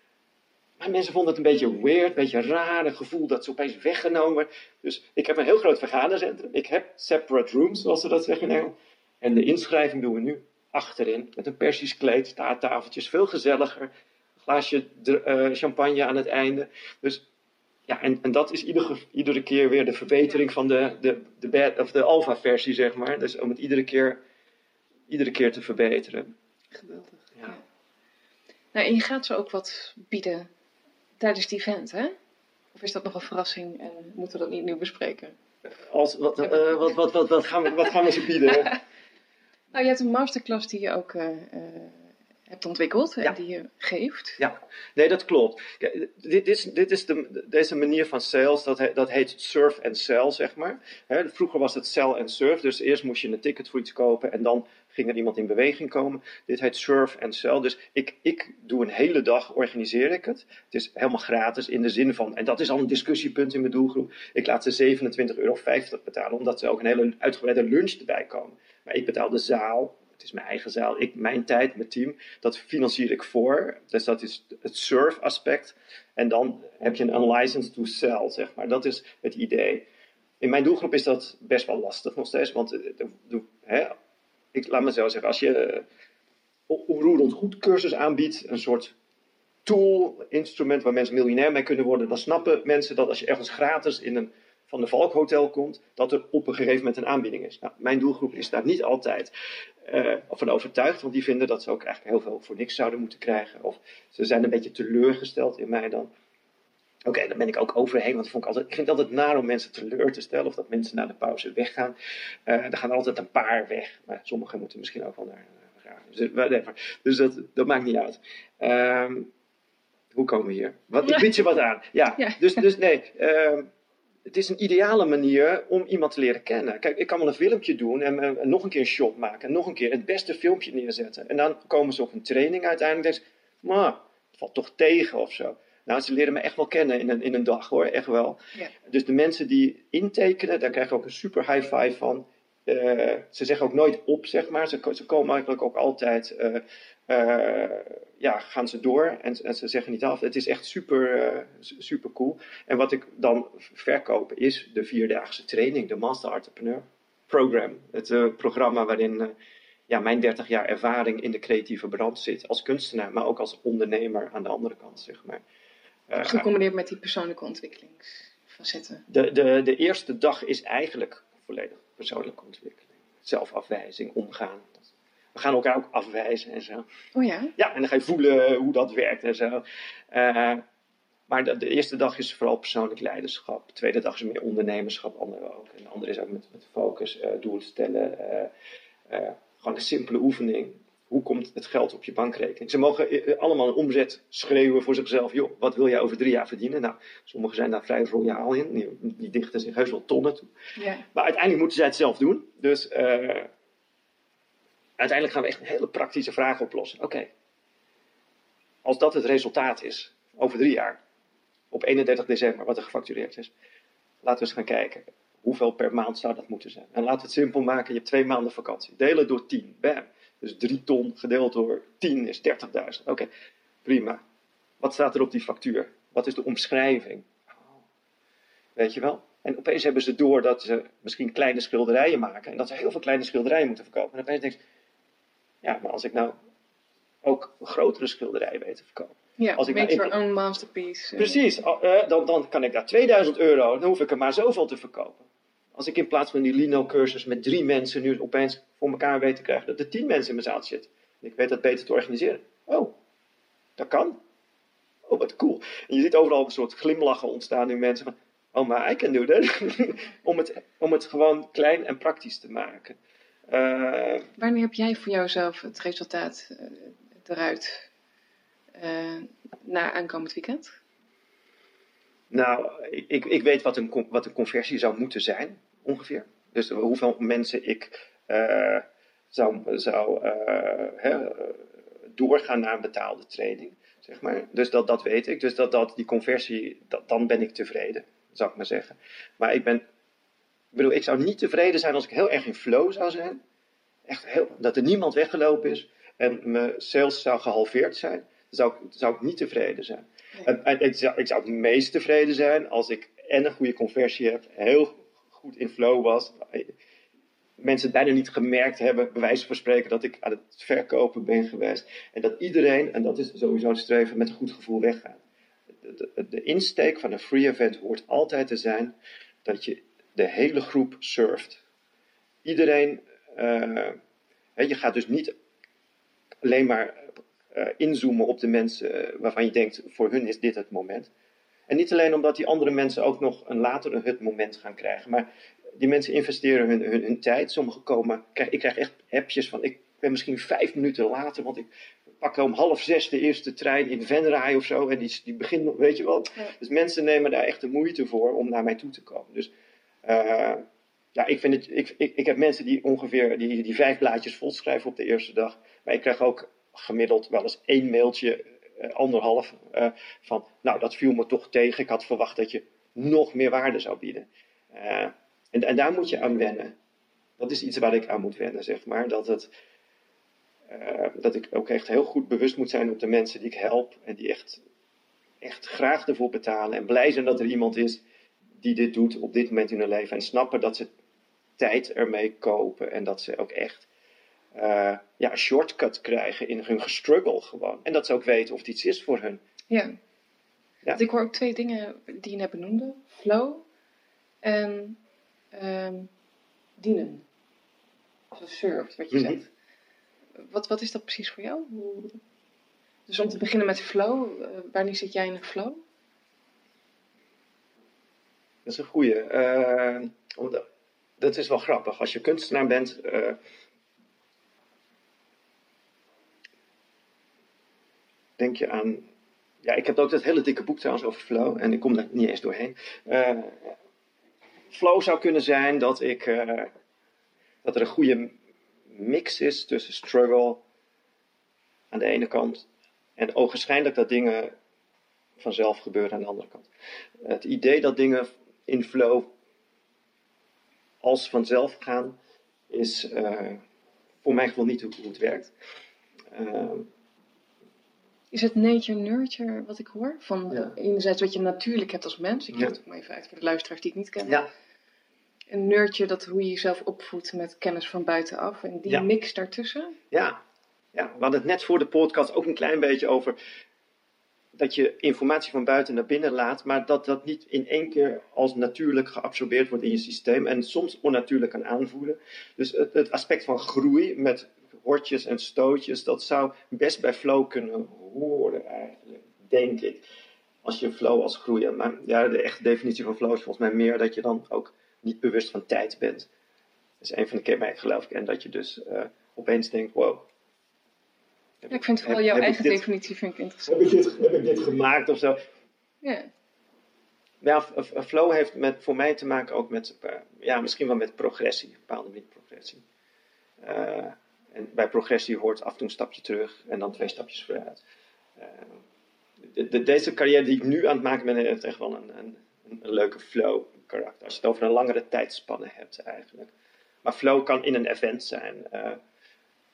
Maar mensen vonden het een beetje weird, een beetje raar, een gevoel dat ze opeens weggenomen werd. Dus ik heb een heel groot vergadercentrum. Ik heb separate rooms, zoals ze dat zeggen in Engeland. En de inschrijving doen we nu achterin, met een Persisch kleed, staattafeltjes, veel gezelliger. Een glaasje uh, champagne aan het einde. Dus ja, en, en dat is iedere, iedere keer weer de verbetering van de, de, de, bad, of de alpha-versie, zeg maar. Dus om het iedere keer, iedere keer te verbeteren. Geweldig. Ja. Ja. Nou, en je gaat ze ook wat bieden tijdens het event, hè? Of is dat nog een verrassing en moeten we dat niet nu bespreken? Als, wat, uh, wat, wat, wat, wat, gaan we, wat gaan we ze bieden? Nou, je hebt een masterclass die je ook uh, uh, hebt ontwikkeld en ja. die je geeft. Ja, nee, dat klopt. Kijk, dit, dit is, dit is de, deze manier van sales, dat, he, dat heet surf and sell, zeg maar. He, vroeger was het sell and surf, dus eerst moest je een ticket voor iets kopen en dan ging er iemand in beweging komen. Dit heet surf and sell, dus ik, ik doe een hele dag, organiseer ik het. Het is helemaal gratis in de zin van, en dat is al een discussiepunt in mijn doelgroep, ik laat ze zevenentwintig euro vijftig betalen, omdat ze ook een hele uitgebreide lunch erbij komen. Maar ik betaal de zaal. Het is mijn eigen zaal, ik, mijn tijd, mijn team, dat financier ik voor. Dus dat is het surf aspect. En dan heb je een unlicensed to sell, zeg maar. Dat is het idee. In mijn doelgroep is dat best wel lastig nog steeds. Want de, de, hè, ik laat me zo zeggen, als je onroerend goed cursus aanbiedt, een soort tool, instrument waar mensen miljonair mee kunnen worden, dan snappen mensen dat als je ergens gratis in een van de Valk Hotel komt, dat er op een gegeven moment een aanbieding is. Nou, mijn doelgroep is daar niet altijd uh, van overtuigd, want die vinden dat ze ook eigenlijk heel veel voor niks zouden moeten krijgen. Of ze zijn een beetje teleurgesteld in mij dan. Oké, okay, daar ben ik ook overheen, want ik, vond ik, altijd, ik vind het altijd naar om mensen teleur te stellen, of dat mensen na de pauze weggaan. Uh, er gaan altijd een paar weg, maar sommigen moeten misschien ook wel naar uh, gaan. Dus, whatever. Dus dat, dat maakt niet uit. Um, hoe komen we hier? Wat, ik bied je wat aan. Ja, ja. Dus, dus nee... Um, Het is een ideale manier om iemand te leren kennen. Kijk, ik kan wel een filmpje doen en, en, en nog een keer een shot maken. En nog een keer het beste filmpje neerzetten. En dan komen ze op een training uiteindelijk. En denken ze, maar het valt toch tegen of zo. Nou, ze leren me echt wel kennen in een, in een dag hoor, echt wel. Ja. Dus de mensen die intekenen, daar krijg je ook een super high five van. Uh, ze zeggen ook nooit op, zeg maar. Ze, ze komen eigenlijk ook altijd... Uh, Uh, ja, gaan ze door en, en ze zeggen niet af. Het is echt super, uh, super cool. En wat ik dan verkoop is de vierdaagse training, de Master Entrepreneur Program. Het uh, programma waarin uh, ja, mijn dertig jaar ervaring in de creatieve branche zit. Als kunstenaar, maar ook als ondernemer aan de andere kant, zeg maar. Uh, Gecombineerd met die persoonlijke ontwikkelingsfacetten. De, de, de eerste dag is eigenlijk volledig persoonlijke ontwikkeling. Zelfafwijzing, omgaan. We gaan elkaar ook afwijzen en zo. Oh ja? Ja, en dan ga je voelen hoe dat werkt en zo. Uh, maar de, de eerste dag is vooral persoonlijk leiderschap. De tweede dag is meer ondernemerschap, andere ook. En de andere is ook met, met focus, uh, doelen stellen. Uh, uh, gewoon een simpele oefening. Hoe komt het geld op je bankrekening? Ze mogen uh, allemaal een omzet schreeuwen voor zichzelf. Joh, wat wil jij over drie jaar verdienen? Nou, sommigen zijn daar vrij royaal in. Die, die dichten zich heus wel tonnen toe. Ja. Maar uiteindelijk moeten zij het zelf doen. Dus... Uh, Uiteindelijk gaan we echt een hele praktische vraag oplossen. Oké, okay. Als dat het resultaat is, over drie jaar, op eenendertig december, wat er gefactureerd is, laten we eens gaan kijken. Hoeveel per maand zou dat moeten zijn? En laten we het simpel maken, je hebt twee maanden vakantie. Delen door tien, bam. Dus drie ton gedeeld door tien is dertigduizend. Oké, okay, prima. Wat staat er op die factuur? Wat is de omschrijving? Weet je wel? En opeens hebben ze door dat ze misschien kleine schilderijen maken. En dat ze heel veel kleine schilderijen moeten verkopen. En opeens denk je, ja, maar als ik nou ook een grotere schilderij weet te verkopen. Ja, als ik make nou, your own masterpiece. Precies, uh, dan, dan kan ik daar tweeduizend euro, dan hoef ik er maar zoveel te verkopen. Als ik in plaats van die Lino-cursus met drie mensen nu opeens voor elkaar weet te krijgen dat er tien mensen in mijn zaal zitten. En ik weet dat beter te organiseren. Oh, dat kan. Oh, wat cool. En je ziet overal een soort glimlachen ontstaan in mensen van, oh, maar I can do that. om, het, om het gewoon klein en praktisch te maken. Uh, Wanneer heb jij voor jouzelf het resultaat uh, eruit uh, na aankomend weekend? Nou, ik, ik weet wat een, wat een conversie zou moeten zijn, ongeveer. Dus hoeveel mensen ik uh, zou, zou uh, hè, doorgaan naar een betaalde training, zeg maar. Dus dat, dat weet ik. Dus dat, dat die conversie, dat, dan ben ik tevreden, zou ik maar zeggen. Maar ik ben, ik bedoel, ik zou niet tevreden zijn als ik heel erg in flow zou zijn. Echt heel, dat er niemand weggelopen is en mijn sales zou gehalveerd zijn. Dan zou, zou ik niet tevreden zijn. Nee. En, en ik, zou, ik zou het meest tevreden zijn als ik en een goede conversie heb, heel goed in flow was. Mensen het bijna niet gemerkt hebben, bij wijze van spreken, dat ik aan het verkopen ben geweest. En dat iedereen, en dat is sowieso het streven, met een goed gevoel weggaat. De, de, de insteek van een free event hoort altijd te zijn dat je de hele groep surft. Iedereen, uh, he, je gaat dus niet alleen maar uh, inzoomen op de mensen waarvan je denkt, voor hun is dit het moment. En niet alleen omdat die andere mensen ook nog een later het moment gaan krijgen, maar die mensen investeren hun, hun, hun tijd. Sommigen komen, krijg, ik krijg echt appjes van, ik ben misschien vijf minuten later, want ik pak om half zes de eerste trein in Venray of zo, en die, die begint nog, weet je wel. Ja. Dus mensen nemen daar echt de moeite voor om naar mij toe te komen. Dus uh, ja, ik, vind het, ik, ik, ik heb mensen die ongeveer die, die vijf blaadjes volschrijven op de eerste dag, maar ik krijg ook gemiddeld wel eens één mailtje, uh, anderhalf, uh, van, nou, dat viel me toch tegen, ik had verwacht dat je nog meer waarde zou bieden. Uh, En, en daar moet je aan wennen. Dat is iets waar ik aan moet wennen, zeg maar. Dat, het, uh, dat ik ook echt heel goed bewust moet zijn op de mensen die ik help. En die echt, echt graag ervoor betalen. En blij zijn dat er iemand is die dit doet op dit moment in hun leven. En snappen dat ze tijd ermee kopen. En dat ze ook echt uh, ja, een shortcut krijgen in hun gestruggle gewoon. En dat ze ook weten of het iets is voor hun. Ja. Ja. Ik hoor ook twee dingen die je net benoemde. Flow en Um, dienen. Zoals surft, wat je mm-hmm. zegt. Wat, wat is dat precies voor jou? Dus om te beginnen met flow, uh, wanneer zit jij in een flow? Dat is een goeie. Uh, dat is wel grappig. Als je kunstenaar bent, uh, denk je aan... Ja, ik heb ook dat hele dikke boek trouwens over flow en ik kom daar niet eens doorheen. Uh, Flow zou kunnen zijn dat, ik, uh, dat er een goede mix is tussen struggle aan de ene kant en ogenschijnlijk dat dingen vanzelf gebeuren aan de andere kant. Het idee dat dingen in flow als vanzelf gaan is uh, voor mij gewoon niet hoe, hoe het werkt. Uh, Is het nature nurture wat ik hoor? Van ja. enerzijds wat je natuurlijk hebt als mens. Ik leg het ja. ook maar even uit voor de luisteraars die ik niet ken. Ja. En nurture, dat hoe je jezelf opvoedt met kennis van buitenaf. En die ja. mix daartussen. Ja. ja, we hadden het net voor de podcast ook een klein beetje over dat je informatie van buiten naar binnen laat, maar dat dat niet in één keer als natuurlijk geabsorbeerd wordt in je systeem en soms onnatuurlijk kan aanvoelen. Dus het, het aspect van groei met hortjes en stootjes, dat zou best bij flow kunnen horen eigenlijk, denk ik. Als je flow als groeien. Maar ja, de echte definitie van flow is volgens mij meer dat je dan ook niet bewust van tijd bent. Dat is een van de kenmerken, geloof ik. En dat je dus uh, opeens denkt, wow. Ja, ik vind vooral jouw eigen dit, definitie vind ik interessant. Heb ik dit, heb ik dit gemaakt of zo? Ja. Ja, flow heeft met, voor mij te maken ook met, uh, ja, misschien wel met progressie. Een bepaalde manier progressie. Uh, En bij progressie hoort af en toe een stapje terug en dan twee stapjes vooruit. Uh, de, de, deze carrière die ik nu aan het maken ben, heeft echt wel een, een, een leuke flow karakter. Als je het over een langere tijdspanne hebt eigenlijk. Maar flow kan in een event zijn. Uh,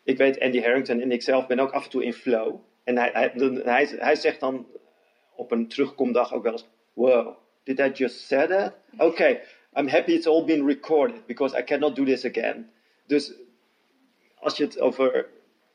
ik weet, Andy Harrington en ik zelf ben ook af en toe in flow. En hij, hij, hij, hij zegt dan op een terugkomdag ook wel eens, wow, did I just say that? Oké, okay, I'm happy it's all been recorded, because I cannot do this again. Dus als je het over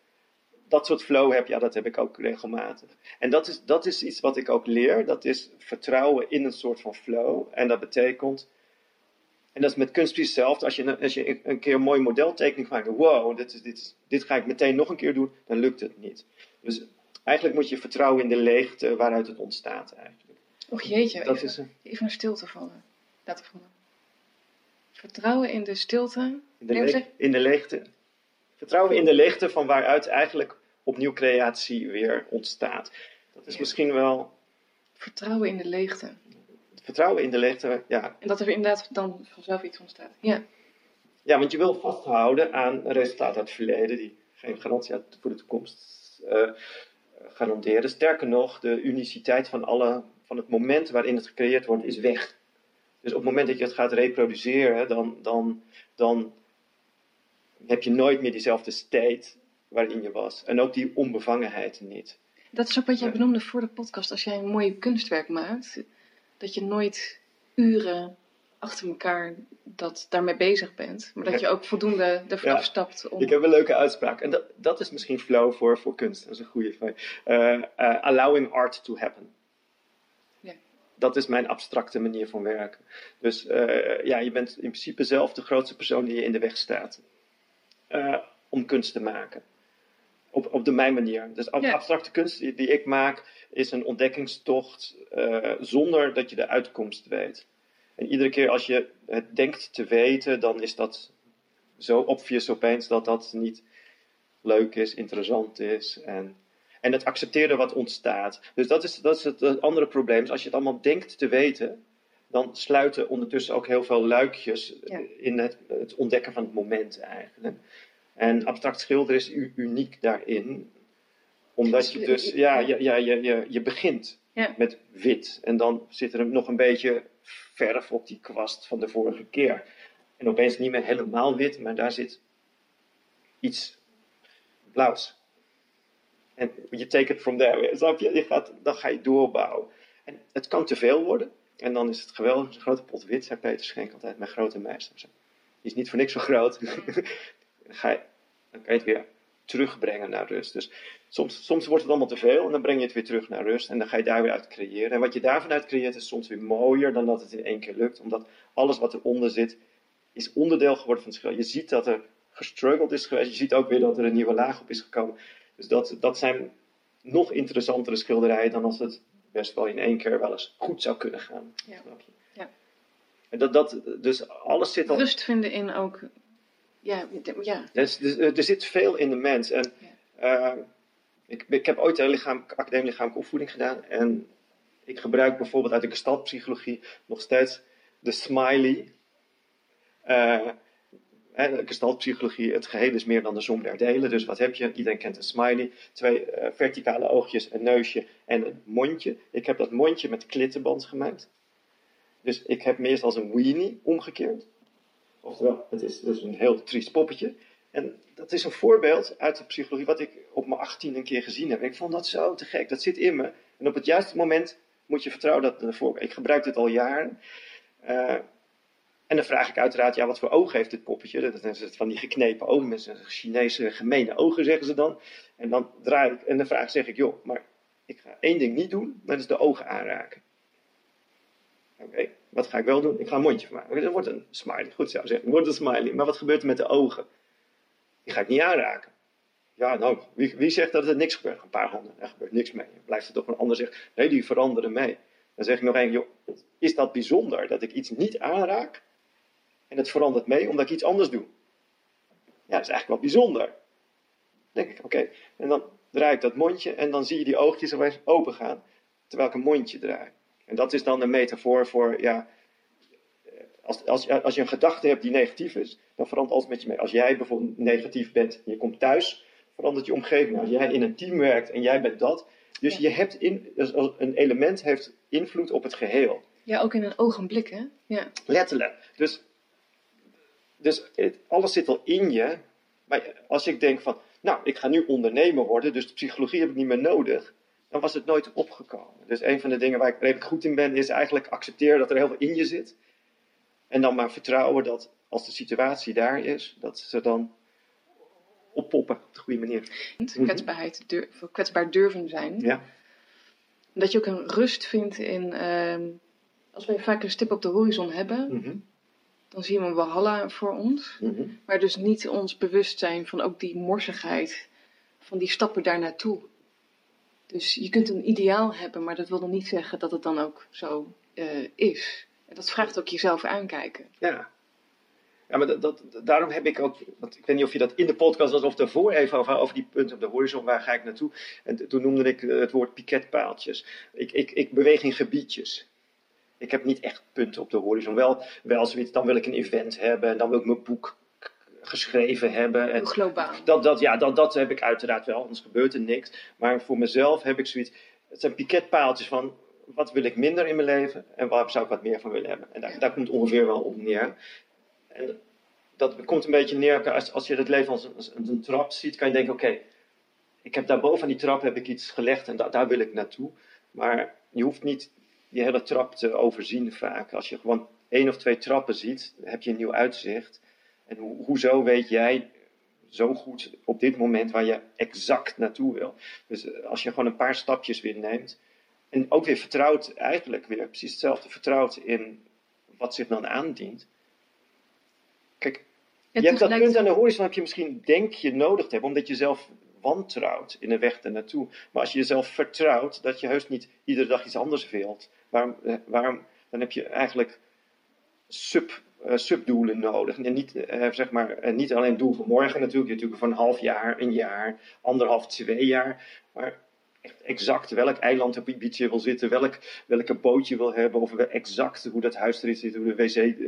dat soort flow hebt, ja, dat heb ik ook regelmatig. En dat is, dat is iets wat ik ook leer, dat is vertrouwen in een soort van flow. En dat betekent, en dat is met kunst precies hetzelfde, als je, als je een keer een mooie modeltekening maakt, wow, dit, is, dit, is, dit ga ik meteen nog een keer doen, dan lukt het niet. Dus eigenlijk moet je vertrouwen in de leegte waaruit het ontstaat eigenlijk. Och jeetje, dat even, is een, even een stilte vallen. Laten vallen. Vertrouwen in de stilte. In de, le- in de leegte. Vertrouwen in de leegte van waaruit eigenlijk opnieuw creatie weer ontstaat. Dat is ja. misschien wel... Vertrouwen in de leegte. Vertrouwen in de leegte, ja. En dat er inderdaad dan vanzelf iets ontstaat. Ja. Ja, want je wil vasthouden aan resultaten uit het verleden die geen garantie voor de toekomst uh, garanderen. Sterker nog, de uniciteit van, alle, van het moment waarin het gecreëerd wordt is weg. Dus op het moment dat je het gaat reproduceren, dan, dan, dan heb je nooit meer diezelfde state waarin je was. En ook die onbevangenheid niet. Dat is ook wat jij benoemde voor de podcast. Als jij een mooi kunstwerk maakt, dat je nooit uren achter elkaar dat daarmee bezig bent. Maar dat je ook voldoende ervan ja. afstapt. Om... Ik heb een leuke uitspraak. En dat, dat is misschien flow voor, voor kunst. Dat is een goede van uh, uh, allowing art to happen. Ja. Dat is mijn abstracte manier van werken. Dus uh, ja, je bent in principe zelf de grootste persoon die je in de weg staat. Uh, om kunst te maken. Op, op de mijn manier. Dus ab- ja. abstracte kunst die, die ik maak is een ontdekkingstocht uh, zonder dat je de uitkomst weet. En iedere keer als je het denkt te weten, dan is dat zo obvious opeens dat dat niet leuk is, interessant is. En, en het accepteren wat ontstaat. Dus dat is, dat is het, het andere probleem. Dus als je het allemaal denkt te weten, dan sluiten ondertussen ook heel veel luikjes ja. in het, het ontdekken van het moment eigenlijk. En abstract schilderen is u, uniek daarin. Omdat je dus, ja, ja, ja je, je, je begint ja. met wit. En dan zit er nog een beetje verf op die kwast van de vorige keer. En opeens niet meer helemaal wit, maar daar zit iets blauws. En je take it from there. Snap je? Je gaat, dan ga je doorbouwen. En het kan te veel worden. En dan is het geweldig. Een grote pot wit, zei Peter Schenk altijd, mijn grote meester. Die is niet voor niks zo groot. dan, ga je, dan kan je het weer terugbrengen naar rust. Dus soms, soms wordt het allemaal te veel en dan breng je het weer terug naar rust. En dan ga je daar weer uit creëren. En wat je daarvan uit creëert is soms weer mooier dan dat het in één keer lukt. Omdat alles wat eronder zit, is onderdeel geworden van het schilderij. Je ziet dat er gestruggeld is geweest. Je ziet ook weer dat er een nieuwe laag op is gekomen. Dus dat, dat zijn nog interessantere schilderijen dan als het best wel in één keer wel eens goed zou kunnen gaan. Ja. Snap je? Ja. En dat, dat, dus alles zit al... Rust vinden in ook... Ja, ja. Dus, dus, er zit veel in de mens. En ja. uh, ik, ik heb ooit een lichaam, academie lichamelijke opvoeding gedaan. En ik gebruik bijvoorbeeld uit de gestaltpsychologie nog steeds de smiley. Uh, de gestaltpsychologie, het geheel is meer dan de som der delen. Dus wat heb je? Iedereen kent een smiley. Twee uh, verticale oogjes, een neusje en een mondje. Ik heb dat mondje met klittenband gemaakt. Dus ik heb meestal als een weenie omgekeerd. Oftewel, het is dus een heel triest poppetje. En dat is een voorbeeld uit de psychologie wat ik op mijn achttiende een keer gezien heb. Ik vond dat zo te gek, dat zit in me. En op het juiste moment moet je vertrouwen dat het ervoor komt. Ik gebruik dit al jaren. Uh, en dan vraag ik uiteraard, ja, wat voor ogen heeft dit poppetje? Dat is het van die geknepen ogen, met zijn Chinese gemene ogen, zeggen ze dan. En dan draai ik, en dan vraag, zeg ik, joh, maar ik ga één ding niet doen, dat is de ogen aanraken. Oké, okay, wat ga ik wel doen? Ik ga een mondje van maken. Okay, dat wordt een smiley. Goed zo zeggen. Het wordt een smiley. Maar wat gebeurt er met de ogen? Die ga ik niet aanraken. Ja, nou, wie, wie zegt dat er niks gebeurt? Een paar handen. Er gebeurt niks mee. Dan blijft er toch een ander zeggen. Nee, die veranderen mee. Dan zeg ik nog één, joh, is dat bijzonder dat ik iets niet aanraak en het verandert mee omdat ik iets anders doe? Ja, dat is eigenlijk wel bijzonder. Dan denk ik, oké. Okay. En dan draai ik dat mondje en dan zie je die oogjes opeens open gaan terwijl ik een mondje draai. En dat is dan een metafoor voor, ja, als, als, als je een gedachte hebt die negatief is, dan verandert alles met je mee. Als jij bijvoorbeeld negatief bent en je komt thuis, verandert je omgeving. Als jij in een team werkt en jij bent dat. Dus ja. je hebt in, dus een element heeft invloed op het geheel. Ja, ook in een ogenblik, hè? Ja. Letterlijk. Dus, dus het, alles zit al in je. Maar als ik denk van, nou, ik ga nu ondernemer worden, dus de psychologie heb ik niet meer nodig. Dan was het nooit opgekomen. Dus een van de dingen waar ik redelijk goed in ben, is eigenlijk accepteren dat er heel veel in je zit. En dan maar vertrouwen dat als de situatie daar is, dat ze dan oppoppen op de goede manier. Kwetsbaarheid, dur- kwetsbaar durven zijn. Ja. Dat je ook een rust vindt in, uh, als wij vaak een stip op de horizon hebben, Mm-hmm. dan zien we een walhalla voor ons. Mm-hmm. Maar dus niet ons bewust zijn van ook die morsigheid, van die stappen daar naartoe. Dus je kunt een ideaal hebben, maar dat wil dan niet zeggen dat het dan ook zo uh, is. En dat vraagt ook jezelf aankijken. Ja. Ja, maar dat, dat, daarom heb ik ook, want ik weet niet of je dat in de podcast was of daarvoor even over, over die punten op de horizon, waar ga ik naartoe? En toen noemde ik het woord piketpaaltjes. Ik, ik, ik beweeg in gebiedjes. Ik heb niet echt punten op de horizon. Wel, wel zoiets, dan wil ik een event hebben, en dan wil ik mijn boek geschreven hebben. En globaal. Dat, dat, ja, dat, dat heb ik uiteraard wel, anders gebeurt er niks. Maar voor mezelf heb ik zoiets, het zijn piketpaaltjes van, wat wil ik minder in mijn leven en waar zou ik wat meer van willen hebben? En daar, daar komt het ongeveer wel op neer. En dat komt een beetje neer, als, als je het leven als een, als een trap ziet, kan je denken, oké, okay, ik heb daar boven die trap heb ik iets gelegd en da, daar wil ik naartoe. Maar je hoeft niet die hele trap te overzien vaak. Als je gewoon één of twee trappen ziet, heb je een nieuw uitzicht. En ho, hoezo weet jij zo goed op dit moment waar je exact naartoe wil? Dus als je gewoon een paar stapjes weer neemt, en ook weer vertrouwt, eigenlijk weer precies hetzelfde, vertrouwt in wat zich dan aandient. Kijk, je hebt dat punt aan de horizon, heb je misschien, denk je, nodig te hebben, omdat je zelf wantrouwt in de weg ernaartoe. Maar als je jezelf vertrouwt dat je heus niet iedere dag iets anders wilt, waarom, waarom dan heb je eigenlijk sub, uh, subdoelen nodig. En niet, uh, zeg maar, uh, niet alleen het doel van morgen natuurlijk, je natuurlijk van een half jaar, een jaar, anderhalf, twee jaar, maar echt exact welk eiland op Ibiza je wil zitten, welk, welke boot je wil hebben, of exact hoe dat huis erin zit, hoe de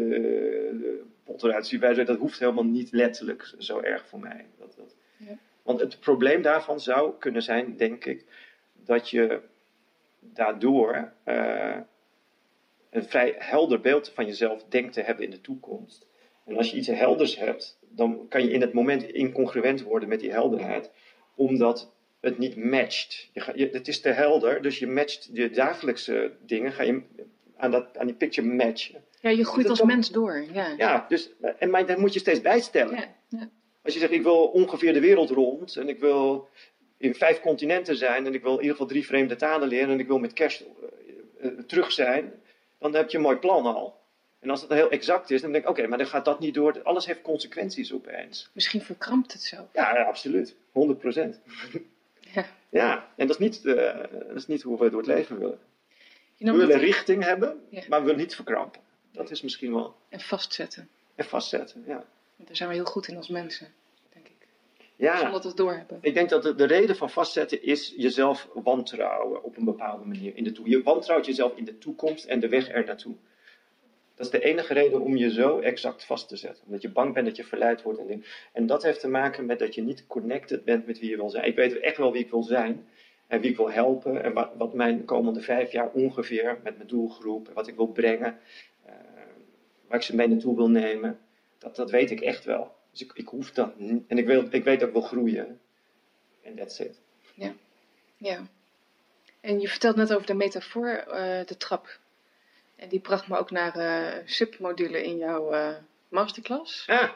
wc-pot uh, eruit ziet. Dat hoeft helemaal niet letterlijk zo erg voor mij. Dat, dat. Ja. Want het probleem daarvan zou kunnen zijn, denk ik, dat je daardoor uh, een vrij helder beeld van jezelf denkt te hebben in de toekomst. En als je iets helders hebt, dan kan je in het moment incongruent worden met die helderheid, omdat het niet matcht. Je ga, je, het is te helder, dus je matcht je dagelijkse dingen, ga je aan, dat, aan die picture matchen. Ja, je groeit als dan, mens door. Ja, ja dus, en, maar dat moet je steeds bijstellen. Ja, ja. Als je zegt, ik wil ongeveer de wereld rond, en ik wil in vijf continenten zijn, en ik wil in ieder geval drie vreemde talen leren, en ik wil met kerst uh, uh, terug zijn, dan heb je een mooi plan al. En als het heel exact is, dan denk ik, oké, okay, maar dan gaat dat niet door. Alles heeft consequenties opeens. Misschien verkrampt het zo. Ja, ja absoluut. honderd procent. Ja. Ja, en dat is, niet, uh, dat is niet hoe we door het leven willen. We willen een richting hebben, ja. maar we willen niet verkrampen. Dat is misschien wel... En vastzetten. En vastzetten, ja. Want daar zijn we heel goed in als mensen, denk ik. Ja, zonder het doorhebben. Ik denk dat de, de reden van vastzetten is jezelf wantrouwen op een bepaalde manier in de toekomst. Je wantrouwt jezelf in de toekomst en de weg er naartoe. Dat is de enige reden om je zo exact vast te zetten. Omdat je bang bent dat je verleid wordt. En, dingen. En dat heeft te maken met dat je niet connected bent met wie je wil zijn. Ik weet echt wel wie ik wil zijn. En wie ik wil helpen. En wat, wat mijn komende vijf jaar ongeveer met mijn doelgroep. Wat ik wil brengen. Uh, waar ik ze mee naartoe wil nemen. Dat, dat weet ik echt wel. Dus ik, ik hoef dat niet. En ik, wil, ik weet dat ik wil groeien. En that's it. Ja. Ja. En je vertelt net over de metafoor, uh, de trap. En die bracht me ook naar uh, submodule in jouw uh, masterclass. Ah,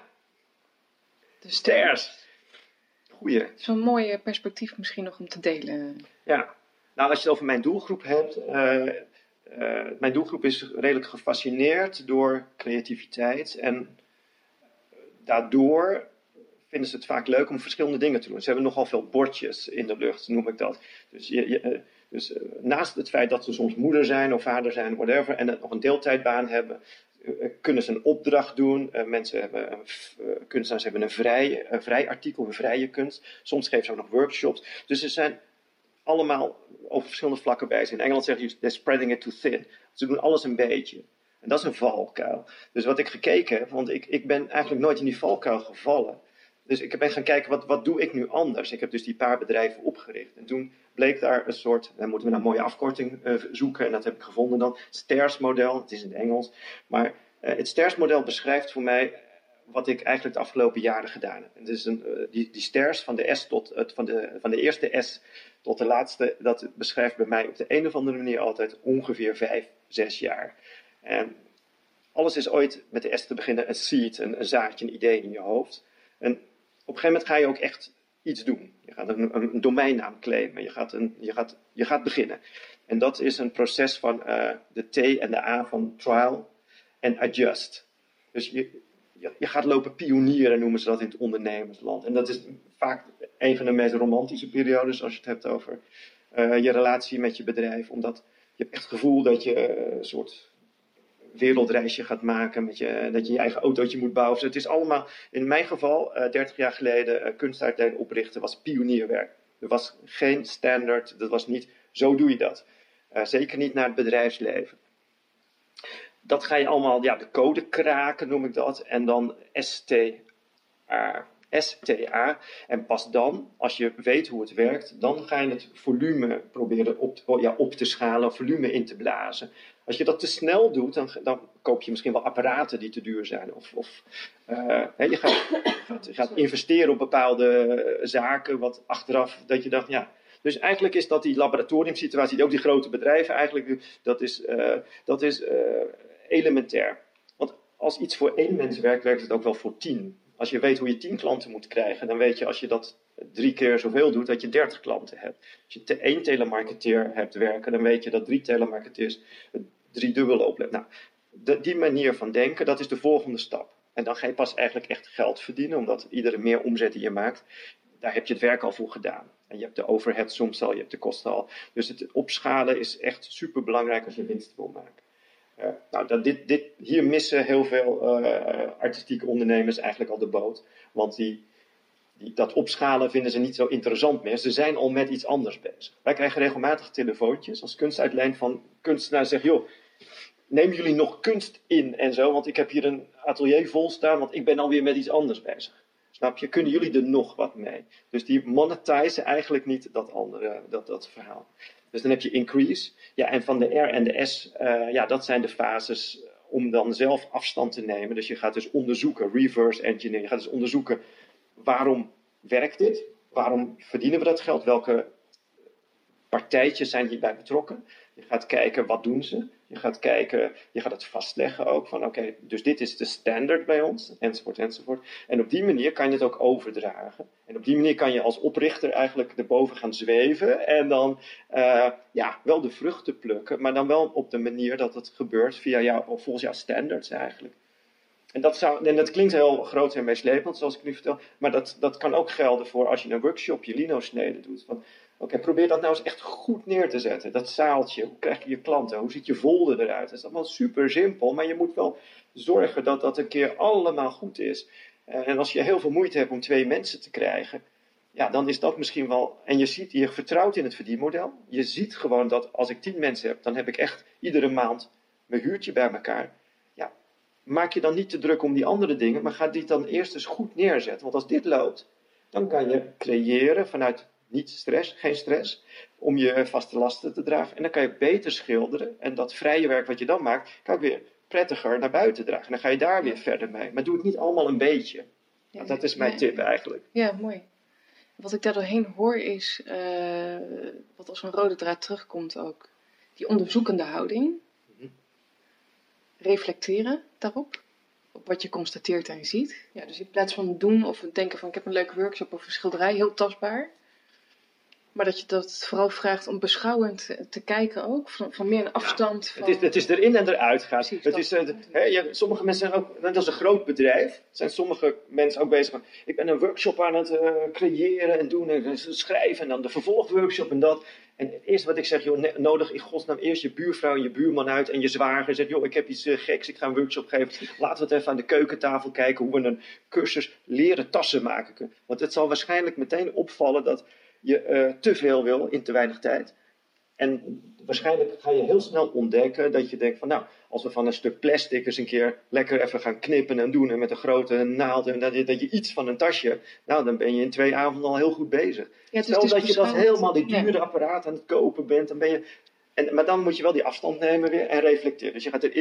de stairs. Goeie. Het is een mooi perspectief misschien nog om te delen. Ja, nou als je het over mijn doelgroep hebt. Uh, uh, mijn doelgroep is redelijk gefascineerd door creativiteit. En daardoor vinden ze het vaak leuk om verschillende dingen te doen. Ze hebben nogal veel bordjes in de lucht, noem ik dat. Dus je... je uh, Dus uh, naast het feit dat ze soms moeder zijn of vader zijn, whatever, en nog een deeltijdbaan hebben, uh, kunnen ze een opdracht doen. Uh, mensen hebben, uh, kunstenaars hebben een vrij, een vrij artikel, een vrije kunst. Soms geven ze ook nog workshops. Dus ze zijn allemaal over verschillende vlakken bezig. In Engeland zeggen ze, they're spreading it too thin. Ze doen alles een beetje. En dat is een valkuil. Dus wat ik gekeken heb, want ik, ik ben eigenlijk nooit in die valkuil gevallen. Dus ik ben gaan kijken, wat, wat doe ik nu anders? Ik heb dus die paar bedrijven opgericht. En toen bleek daar een soort, dan moeten we naar een mooie afkorting uh, zoeken. En dat heb ik gevonden dan. Stairs model, het is in het Engels. Maar uh, het Stairs model beschrijft voor mij wat ik eigenlijk de afgelopen jaren gedaan heb. En dus een, uh, die, die stairs van de S tot het, van, de, van de eerste S tot de laatste, dat beschrijft bij mij op de een of andere manier altijd ongeveer vijf, zes jaar. En alles is ooit met de S te beginnen een seed, een, een zaadje, een idee in je hoofd. En op een gegeven moment ga je ook echt iets doen. Je gaat een, een domeinnaam claimen, je gaat, een, je, gaat, je gaat beginnen. En dat is een proces van uh, de T en de A van trial en adjust. Dus je, je, je gaat lopen pionieren, noemen ze dat in het ondernemersland. En dat is vaak een van de meest romantische periodes als je het hebt over uh, je relatie met je bedrijf. Omdat je hebt echt het gevoel dat je uh, een soort wereldreisje gaat maken, met je, dat je je eigen autootje moet bouwen. Dus het is allemaal, in mijn geval, uh, dertig jaar geleden, uh, kunstuitleen oprichten was pionierwerk. Er was geen standaard, dat was niet, zo doe je dat. Uh, zeker niet naar het bedrijfsleven. Dat ga je allemaal, ja, de code kraken noem ik dat, en dan S T A. S T A. En pas dan, als je weet hoe het werkt, dan ga je het volume proberen op, ja, op te schalen, volume in te blazen. Als je dat te snel doet, dan, dan koop je misschien wel apparaten die te duur zijn. Of, of uh, je, gaat, je, gaat, je gaat investeren op bepaalde zaken, wat achteraf, dat je dacht, ja. Dus eigenlijk is dat die laboratoriumsituatie, ook die grote bedrijven, eigenlijk, dat is, uh, dat is uh, elementair. Want als iets voor één mens werkt, werkt het ook wel voor tien. Als je weet hoe je tien klanten moet krijgen, dan weet je als je dat drie keer zoveel doet, dat je dertig klanten hebt. Als je te één telemarketeer hebt werken, dan weet je dat drie telemarketeers het driedubbele opleveren. Nou, de, die manier van denken, dat is de volgende stap. En dan ga je pas eigenlijk echt geld verdienen, omdat iedere meer omzet die je maakt, daar heb je het werk al voor gedaan. En je hebt de overhead soms al, je hebt de kosten al. Dus het opschalen is echt super belangrijk als je winst wil maken. Uh, nou, dat dit, dit, hier missen heel veel uh, artistieke ondernemers eigenlijk al de boot. Want die, die, dat opschalen vinden ze niet zo interessant meer. Ze zijn al met iets anders bezig. Wij krijgen regelmatig telefoontjes als kunstuitleen van kunstenaars zeggen, joh, nemen jullie nog kunst in en zo? Want ik heb hier een atelier vol staan, want ik ben alweer met iets anders bezig. Snap je? Kunnen jullie er nog wat mee? Dus die monetizen eigenlijk niet dat andere, dat, dat verhaal. Dus dan heb je increase. Ja, en van de R en de S, uh, ja, dat zijn de fases om dan zelf afstand te nemen. Dus je gaat dus onderzoeken, reverse engineering. Je gaat dus onderzoeken, waarom werkt dit? Waarom verdienen we dat geld? Welke partijtjes zijn hierbij betrokken? Je gaat kijken, wat doen ze? Je gaat kijken, je gaat het vastleggen ook. Van oké, okay, dus dit is de standaard bij ons, enzovoort, enzovoort. En op die manier kan je het ook overdragen. En op die manier kan je als oprichter eigenlijk erboven gaan zweven. En dan uh, ja, wel de vruchten plukken. Maar dan wel op de manier dat het gebeurt via jou, volgens jouw standards eigenlijk. En dat, zou, en dat klinkt heel groot en meeslepend, zoals ik nu vertel. Maar dat, dat kan ook gelden voor als je een workshop, je lino-snede doet. Van, Oké, okay, probeer dat nou eens echt goed neer te zetten. Dat zaaltje, hoe krijg je je klanten? Hoe ziet je folder eruit? Dat is allemaal super simpel, maar je moet wel zorgen dat dat een keer allemaal goed is. En als je heel veel moeite hebt om twee mensen te krijgen, ja, dan is dat misschien wel... En je ziet, je vertrouwt in het verdienmodel. Je ziet gewoon dat als ik tien mensen heb, dan heb ik echt iedere maand mijn huurtje bij elkaar. Ja, maak je dan niet te druk om die andere dingen, maar ga die dan eerst eens goed neerzetten. Want als dit loopt, dan kan je creëren vanuit... Niet stress, geen stress, om je vaste lasten te dragen. En dan kan je beter schilderen. En dat vrije werk wat je dan maakt, kan ik weer prettiger naar buiten dragen. En dan ga je daar weer verder mee. Maar doe het niet allemaal een beetje. Ja, dat is mijn ja, tip eigenlijk. Ja, mooi. Wat ik daar doorheen hoor is, uh, wat als een rode draad terugkomt ook, die onderzoekende houding. Mm-hmm. Reflecteren daarop. Op wat je constateert en ziet. Ja, dus in plaats van doen of denken van ik heb een leuke workshop of een schilderij, heel tastbaar. Maar dat je dat vooral vraagt om beschouwend te, te kijken ook, van, van meer een afstand. Ja, van... het, is, het is erin en eruit gaan. Precies, het is, uh, de, hè, je, sommige mensen zijn ook, net als een groot bedrijf, zijn sommige mensen ook bezig van, ik ben een workshop aan het uh, creëren en doen en schrijven en dan de vervolgworkshop en dat. En het eerste wat ik zeg, joh, nodig in godsnaam eerst je buurvrouw en je buurman uit en je zwager. En zeg, joh, ik heb iets uh, geks, ik ga een workshop geven. Laten we het even aan de keukentafel kijken hoe we een cursus leren tassen maken kunnen. Want het zal waarschijnlijk meteen opvallen dat je uh, te veel wil in te weinig tijd. En waarschijnlijk ga je heel snel ontdekken dat je denkt van nou, als we van een stuk plastic eens een keer lekker even gaan knippen en doen en met een grote naald en dat je, dat je iets van een tasje, nou dan ben je in twee avonden al heel goed bezig. Ja, Stel dus dat je dat helemaal, die dure ja. apparaat aan het kopen bent, dan ben je... En, maar dan moet je wel die afstand nemen weer en reflecteren. Dus je gaat erin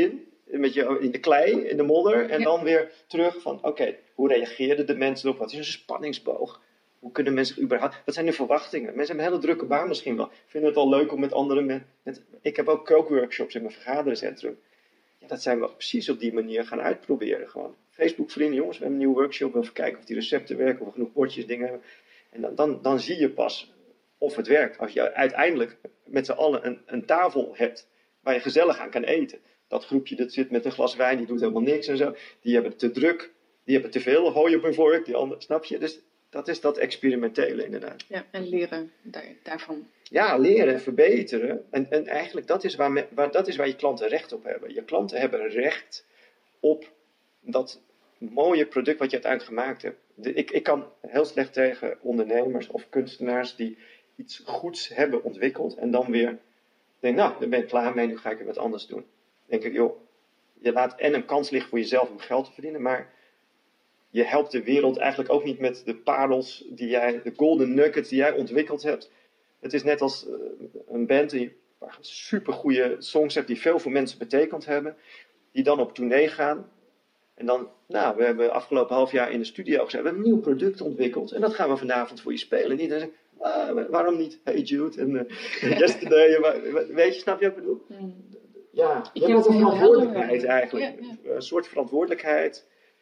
een beetje in de klei, in de modder. En Ja. dan weer terug van, oké, okay, hoe reageerden de mensen erop? Wat is een spanningsboog? Hoe kunnen mensen überhaupt... Wat zijn de verwachtingen? Mensen hebben een hele drukke baan misschien wel. Vinden het wel leuk om met andere mensen... Ik heb ook kookworkshops in mijn vergadercentrum. Ja, dat zijn we precies op die manier gaan uitproberen. Gewoon Facebook vrienden, jongens, we hebben een nieuwe workshop. Even kijken of die recepten werken, of we genoeg bordjes, dingen hebben. En dan, dan, dan zie je pas of het werkt. Als je uiteindelijk met z'n allen een, een tafel hebt waar je gezellig aan kan eten. Dat groepje dat zit met een glas wijn, die doet helemaal niks en zo. Die hebben het te druk, die hebben te veel hooi op hun vork, die andere, snap je? Dus dat is dat experimentele inderdaad. Ja, en leren daar, daarvan. Ja, leren en verbeteren. En, en eigenlijk dat is waar, me, waar, dat is waar je klanten recht op hebben. Je klanten hebben recht op dat mooie product wat je uiteindelijk gemaakt hebt. De, ik, ik kan heel slecht tegen ondernemers of kunstenaars die iets goeds hebben ontwikkeld en dan weer denk, nou, daar ben ik klaar mee, nu ga ik weer wat anders doen. Dan denk ik, joh, je laat en een kans liggen voor jezelf om geld te verdienen, maar je helpt de wereld eigenlijk ook niet met de parels die jij, de golden nuggets die jij ontwikkeld hebt. Het is net als uh, een band die super goede songs hebt die veel voor mensen betekend hebben, die dan op tournee gaan. En dan, nou, we hebben afgelopen half jaar in de studio gezegd, we hebben een nieuw product ontwikkeld en dat gaan we vanavond voor je spelen. En iedereen zegt, ah, waarom niet Hey Jude en uh, Yesterday, en, weet je, snap je wat ik bedoel? Mm. Ja, je Ik hebt ook een heel verantwoordelijkheid helder. eigenlijk. Ja, ja. Een soort verantwoordelijkheid.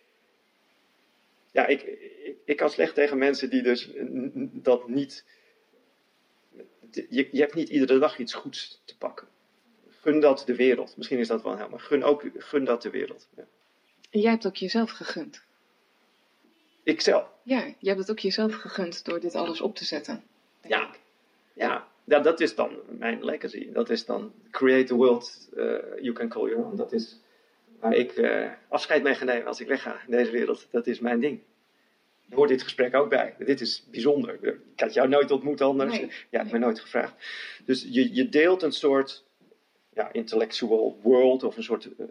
Ja, ik, ik, ik kan slecht tegen mensen die dus dat niet... Je, je hebt niet iedere dag iets goeds te pakken. Gun dat de wereld. Misschien is dat wel helemaal. Gun, ook, gun dat de wereld. Ja. En jij hebt ook jezelf gegund. Ikzelf. Ja, jij hebt het ook jezelf gegund door dit alles op te zetten. Ja. Ja. Ja, dat is dan mijn legacy. Dat is dan create the world uh, you can call your own. Dat is waar ik uh, afscheid mee ga nemen als ik wegga in deze wereld. Dat is mijn ding. Je hoort dit gesprek ook bij. Dit is bijzonder. Ik had jou nooit ontmoet anders. Nee, ja, ik ben nooit gevraagd. Dus je, je deelt een soort ja, intellectual world of een soort... Uh,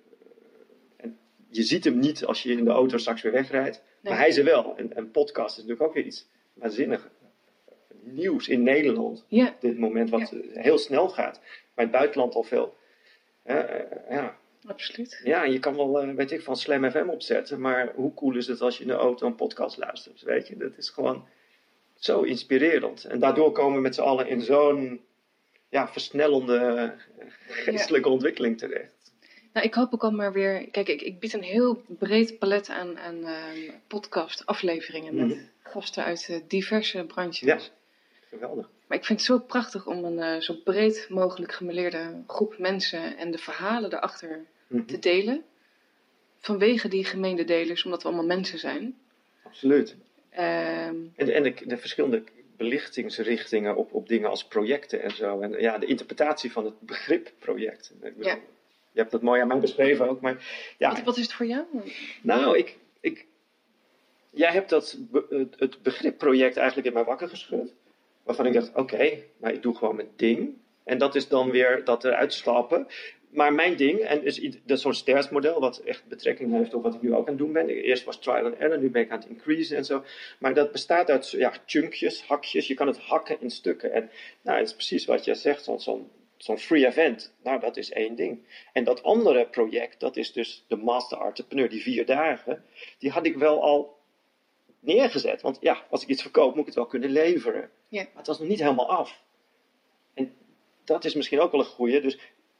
en je ziet hem niet als je in de auto straks weer wegrijdt. Nee. Maar hij is er wel. En een podcast is natuurlijk ook weer iets waanzinnigs. Nieuws in Nederland. Ja. Op dit moment wat Ja. heel snel gaat. Maar in het buitenland al veel. Uh, uh, ja. Absoluut. Ja, je kan wel, uh, weet ik, van Slam F M opzetten. Maar hoe cool is het als je in de auto een podcast luistert? Weet je, dat is gewoon zo inspirerend. En daardoor komen we met z'n allen in zo'n ja, versnellende geestelijke ja. ontwikkeling terecht. Nou, ik hoop ook al maar weer... Kijk, ik, ik bied een heel breed palet aan, aan uh, podcast-afleveringen met mm-hmm. gasten uit uh, diverse branches. Ja, geweldig. Maar ik vind het zo prachtig om een uh, zo breed mogelijk gemêleerde groep mensen en de verhalen daarachter mm-hmm. te delen. Vanwege die gemeende delers, omdat we allemaal mensen zijn. Absoluut. Um, en en de, de verschillende belichtingsrichtingen op, op dingen als projecten en zo. En ja, de interpretatie van het begrip project. Ik bedoel, ja. Je hebt dat mooi aan mij beschreven ook, maar ja. Wat, wat is het voor jou? Nou, ik, ik, jij hebt dat be, het begrip project eigenlijk in mij wakker geschud. Waarvan ik dacht, oké, okay, maar ik doe gewoon mijn ding. En dat is dan weer dat eruit stappen. Maar mijn ding, en is dat soort stairs-model, wat echt betrekking heeft op wat ik nu ook aan het doen ben. Eerst was trial and error, nu ben ik aan het increasen en zo. Maar dat bestaat uit ja, chunkjes, hakjes. Je kan het hakken in stukken. En nou, het is precies wat jij zegt, zo'n zo zo'n free event. Nou, dat is één ding. En dat andere project, dat is dus de Master Entrepreneur, die vier dagen. Die had ik wel al neergezet. Want ja, als ik iets verkoop, moet ik het wel kunnen leveren. Ja. Maar het was nog niet helemaal af. En dat is misschien ook wel een goeie. Dus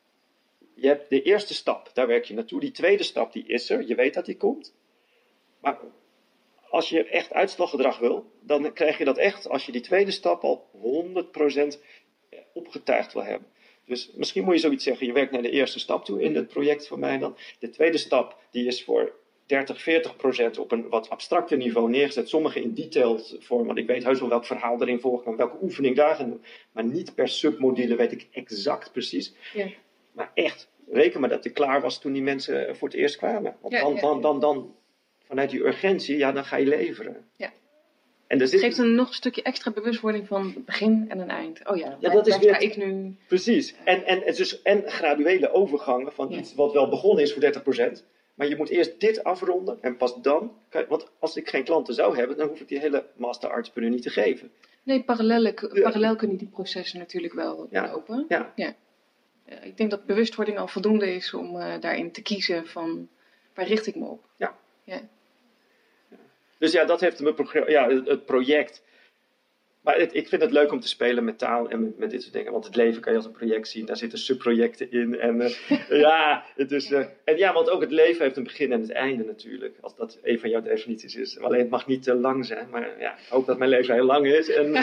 je hebt de eerste stap, daar werk je naartoe. Die tweede stap, die is er. Je weet dat die komt. Maar als je echt uitstelgedrag wil, dan krijg je dat echt als je die tweede stap al honderd procent opgetuigd wil hebben. Dus misschien moet je zoiets zeggen, je werkt naar de eerste stap toe in het project van mij dan. De tweede stap, die is voor dertig, veertig procent op een wat abstracter niveau neergezet. Sommige in detailed vorm, want ik weet heus wel welk verhaal erin volgt en welke oefening daar gaan doen. Maar niet per submodule weet ik exact precies. Ja. Maar echt, reken maar dat ik klaar was toen die mensen voor het eerst kwamen. Want ja, dan, ja, dan, ja. dan, dan, vanuit die urgentie, ja, dan ga je leveren. Ja. En het geeft een nog een stukje extra bewustwording van een begin en een eind. Oh ja, ja daar, dat is daar weer sta ik nu. Precies. En, en, dus, en graduele overgangen van ja. iets wat wel begonnen is voor dertig procent. Maar je moet eerst dit afronden en pas dan... Want als ik geen klanten zou hebben, dan hoef ik die hele Master Entrepreneur niet te geven. Nee, parallel, ja. parallel kunnen die processen natuurlijk wel ja. lopen. Ja. ja. Uh, ik denk dat bewustwording al voldoende is om uh, daarin te kiezen van waar richt ik me op. Ja. ja. ja. Dus ja, dat heeft mijn programma, ja, het, het project. Maar het, ik vind het leuk om te spelen met taal en met, met dit soort dingen. Want het leven kan je als een project zien. Daar zitten subprojecten in. En uh, ja, het is, uh, en ja, want ook het leven heeft een begin en het einde natuurlijk. Als dat een van jouw definities is. Alleen het mag niet te lang zijn. Maar ja, ik hoop dat mijn leven heel lang is. En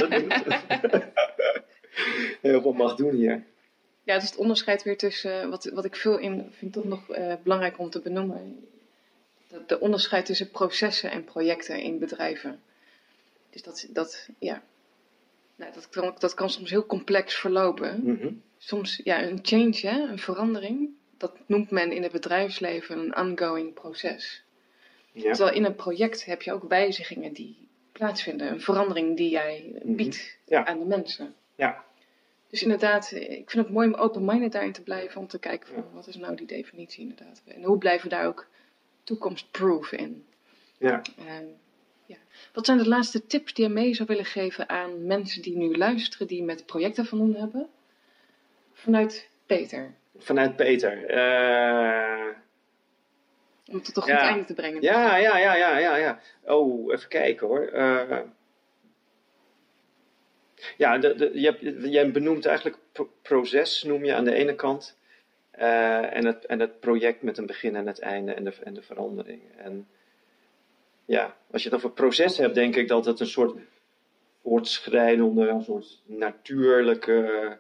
heel veel mag doen hier. Ja, het is het onderscheid weer tussen, wat, wat ik veel in vind toch nog uh, belangrijk om te benoemen. De, de onderscheid tussen processen en projecten in bedrijven. Dus dat, dat ja... Nou, dat, kan, dat kan soms heel complex verlopen. Mm-hmm. Soms, ja, een change, hè, een verandering, dat noemt men in het bedrijfsleven een ongoing proces. Ja. Terwijl in een project heb je ook wijzigingen die plaatsvinden. Een verandering die jij biedt mm-hmm. ja. aan de mensen. Ja. Dus inderdaad, ik vind het mooi om open-minded daarin te blijven. Om te kijken van, ja. wat is nou die definitie inderdaad. En hoe blijven we daar ook toekomstproof in. Ja. Um, Ja. Wat zijn de laatste tips die je mee zou willen geven aan mensen die nu luisteren, die met projecten van doen hebben? Vanuit Peter. Vanuit Peter. Uh... Om het tot een goed ja. einde te brengen. Ja, ja, ja, ja, ja, ja. Oh, even kijken hoor. Uh... Ja, de, de, je hebt, jij benoemt eigenlijk pro- proces, noem je aan de ene kant. Uh, en, het, en het project met een begin en het einde en de, en de verandering. En ja, als je het over proces hebt, denk ik dat het een soort voortschrijdende, een soort natuurlijke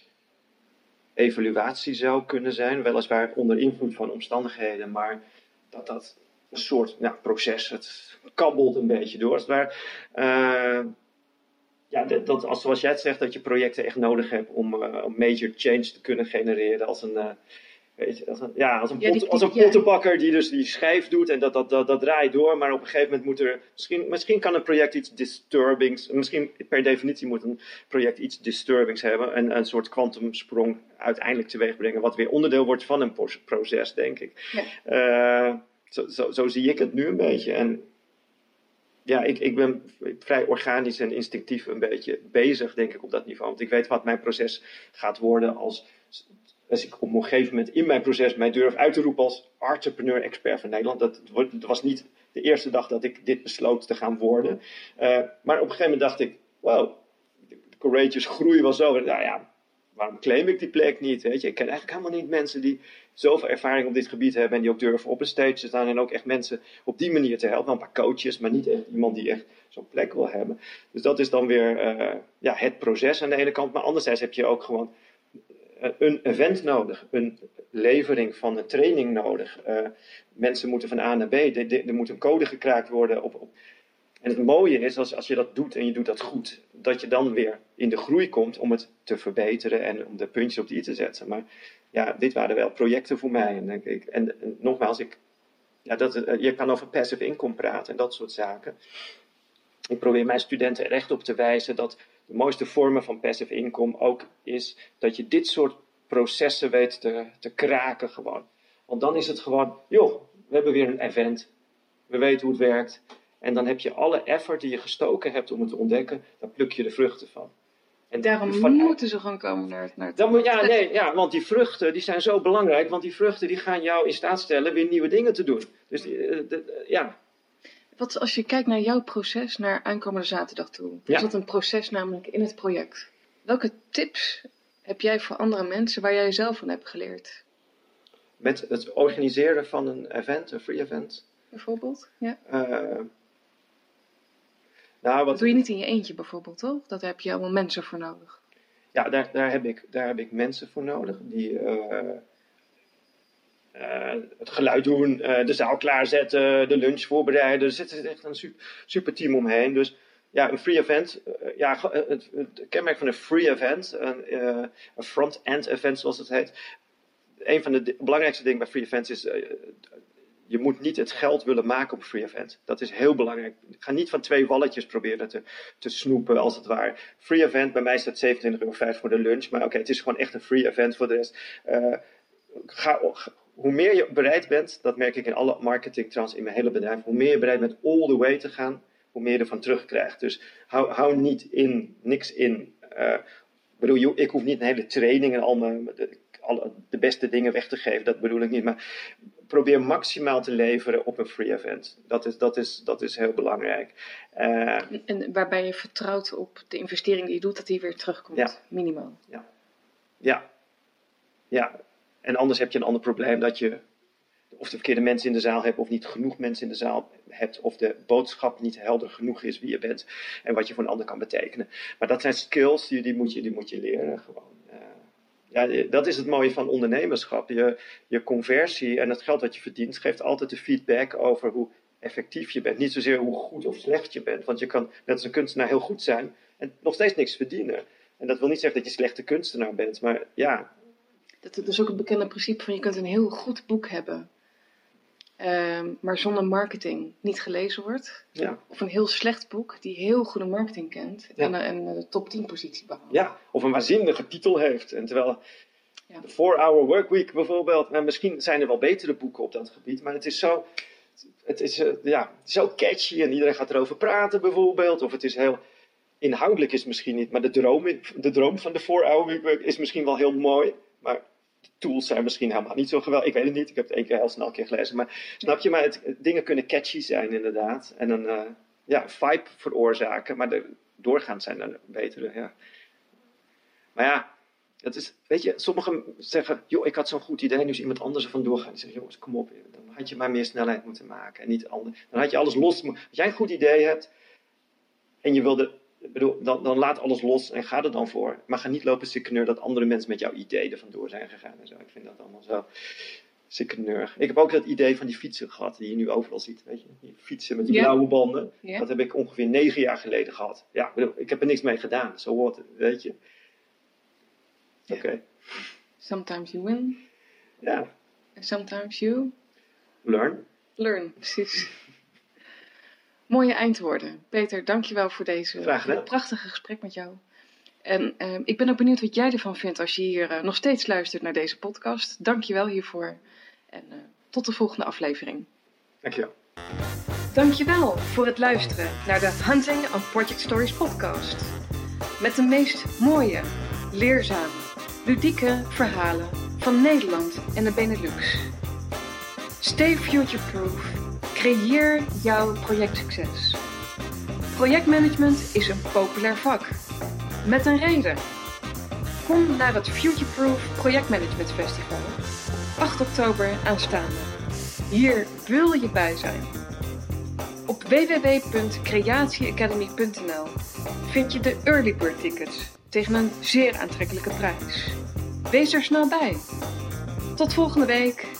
evaluatie zou kunnen zijn. Weliswaar onder invloed van omstandigheden, maar dat dat een soort ja, proces, het kabbelt een beetje door. Als het ware. Uh, ja, dat, dat, als, zoals jij het zegt, dat je projecten echt nodig hebt om uh, een major change te kunnen genereren als een... Uh, Weet je, als een, ja, als een, pot, ja, die, als een pottenbakker die dus die schijf doet en dat, dat, dat, dat draait door, maar op een gegeven moment moet er, misschien, misschien kan een project iets disturbings, misschien per definitie moet een project iets disturbings hebben en een soort kwantumsprong uiteindelijk teweeg brengen, wat weer onderdeel wordt van een proces, denk ik. Ja. Uh, zo, zo, zo zie ik het nu een beetje. En ja, ik, ik ben vrij organisch en instinctief een beetje bezig, denk ik, op dat niveau. Want ik weet wat mijn proces gaat worden als... Als ik op een gegeven moment in mijn proces mij durf uit te roepen als entrepreneur-expert van Nederland. Dat, dat was niet de eerste dag dat ik dit besloot te gaan worden. Uh, maar op een gegeven moment dacht ik, wow, de courageous groei was zo. Nou ja, waarom claim ik die plek niet? Weet je? Ik ken eigenlijk helemaal niet mensen die zoveel ervaring op dit gebied hebben. En die ook durven op een stage te staan. En ook echt mensen op die manier te helpen. Een paar coaches, maar niet echt iemand die echt zo'n plek wil hebben. Dus dat is dan weer uh, ja, het proces aan de ene kant. Maar anderzijds heb je ook gewoon... een event nodig, een levering van een training nodig. Uh, mensen moeten van A naar B, de, de, er moet een code gekraakt worden. Op, op. En het mooie is, als, als je dat doet en je doet dat goed, dat je dan weer in de groei komt om het te verbeteren en om de puntjes op de i te zetten. Maar ja, dit waren wel projecten voor mij, denk ik. En, en nogmaals, ik, ja, dat, uh, je kan over passive income praten en dat soort zaken. Ik probeer mijn studenten er echt op te wijzen dat de mooiste vormen van passive income ook is dat je dit soort processen weet te, te kraken gewoon. Want dan is het gewoon, joh, we hebben weer een event. We weten hoe het werkt. En dan heb je alle effort die je gestoken hebt om het te ontdekken, daar pluk je de vruchten van. En daarom van, moeten ze gewoon komen naar, naar het... Dan moet, ja, nee, ja, want die vruchten die zijn zo belangrijk, want die vruchten die gaan jou in staat stellen weer nieuwe dingen te doen. Dus die, de, de, ja... Wat als je kijkt naar jouw proces naar aankomende zaterdag toe? Ja. Is dat een proces namelijk in het project? Welke tips heb jij voor andere mensen waar jij zelf van hebt geleerd? Met het organiseren van een event, een free event. Bijvoorbeeld, ja. Uh, nou, wat... Dat doe je niet in je eentje bijvoorbeeld, toch? Daar heb je allemaal mensen voor nodig. Ja, daar, daar, heb, ik, daar heb ik mensen voor nodig die... Uh, Uh, het geluid doen, uh, de zaal klaarzetten, de lunch voorbereiden. Er zit echt een super, super team omheen. Dus ja, een free event. Uh, ja, het, het kenmerk van een free event, een, uh, een front-end event zoals het heet. Een van de d- belangrijkste dingen bij free events is, uh, je moet niet het geld willen maken op een free event. Dat is heel belangrijk. Ga niet van twee walletjes proberen te, te snoepen als het ware. Free event, bij mij staat zevenentwintig euro vijftig voor de lunch. Maar oké, okay, het is gewoon echt een free event voor de rest. Uh, ga... Hoe meer je bereid bent, dat merk ik in alle marketing trouwens in mijn hele bedrijf, hoe meer je bereid bent all the way te gaan, hoe meer je ervan terugkrijgt. Dus hou, hou niet in, niks in. Uh, bedoel, ik hoef niet een hele training en al mijn, alle, de beste dingen weg te geven, dat bedoel ik niet. Maar probeer maximaal te leveren op een free event. Dat is, dat is, dat is heel belangrijk. Uh, en waarbij je vertrouwt op de investering die je doet, dat die weer terugkomt, ja. minimaal. Ja. ja. Ja. En anders heb je een ander probleem dat je of de verkeerde mensen in de zaal hebt, of niet genoeg mensen in de zaal hebt, of de boodschap niet helder genoeg is wie je bent en wat je voor een ander kan betekenen. Maar dat zijn skills die, die, moet, je, die moet je leren gewoon. Uh, ja, dat is het mooie van ondernemerschap. Je, je conversie en het geld dat je verdient geeft altijd de feedback over hoe effectief je bent. Niet zozeer hoe goed of slecht je bent, want je kan net als een kunstenaar heel goed zijn en nog steeds niks verdienen. En dat wil niet zeggen dat je slechte kunstenaar bent, maar ja. Dat is ook het bekende principe van je kunt een heel goed boek hebben, Uh, maar zonder marketing niet gelezen wordt. Ja. Of een heel slecht boek die heel goede marketing kent. Ja. En, en de top tien positie behaalt. Ja, of een waanzinnige titel heeft. En terwijl ja. de four hour workweek bijvoorbeeld. Nou, misschien zijn er wel betere boeken op dat gebied. Maar het is zo, het is, uh, ja, zo catchy. En iedereen gaat erover praten bijvoorbeeld. Of het is heel inhoudelijk is misschien niet. Maar de droom, de droom van de four hour workweek is misschien wel heel mooi. Maar de tools zijn misschien helemaal niet zo geweldig. Ik weet het niet, ik heb het één keer heel snel een keer gelezen. Maar snap je, maar het, dingen kunnen catchy zijn inderdaad. En een uh, ja, vibe veroorzaken. Maar de, doorgaans zijn er betere, ja. Maar ja, het is, weet je, sommigen zeggen, joh, ik had zo'n goed idee. Nu is iemand anders er vandoor gaan. Die zegt, jongens, kom op. Dan had je maar meer snelheid moeten maken. En niet anders. Dan had je alles los. Als jij een goed idee hebt en je wilde... Ik bedoel, dan, dan laat alles los en ga er dan voor. Maar ga niet lopen sikkeneur dat andere mensen met jouw idee er vandoor zijn gegaan en zo. Ik vind dat allemaal zo sikkeneur. Ik heb ook dat idee van die fietsen gehad, die je nu overal ziet. Weet je? Die fietsen met die yeah. blauwe banden. Yeah. Dat heb ik ongeveer negen jaar geleden gehad. Ja, ik, bedoel, ik heb er niks mee gedaan. Zo hoort het, weet je. Oké. Okay. Yeah. Sometimes you win. Ja. Yeah. And sometimes you... Learn. Learn, precies. Mooie eindwoorden. Peter, dankjewel voor deze prachtige gesprek met jou. En uh, ik ben ook benieuwd wat jij ervan vindt als je hier uh, nog steeds luistert naar deze podcast. Dankjewel hiervoor. En uh, tot de volgende aflevering. Dankjewel. Dankjewel voor het luisteren naar de Hunting on Project Stories podcast. Met de meest mooie, leerzame, ludieke verhalen van Nederland en de Benelux. Stay future-proof. Creëer jouw projectsucces. Projectmanagement is een populair vak. Met een reden. Kom naar het Futureproof Projectmanagement Festival. acht oktober aanstaande. Hier wil je bij zijn. Op w w w punt creatie academy punt n l vind je de early bird tickets tegen een zeer aantrekkelijke prijs. Wees er snel bij. Tot volgende week.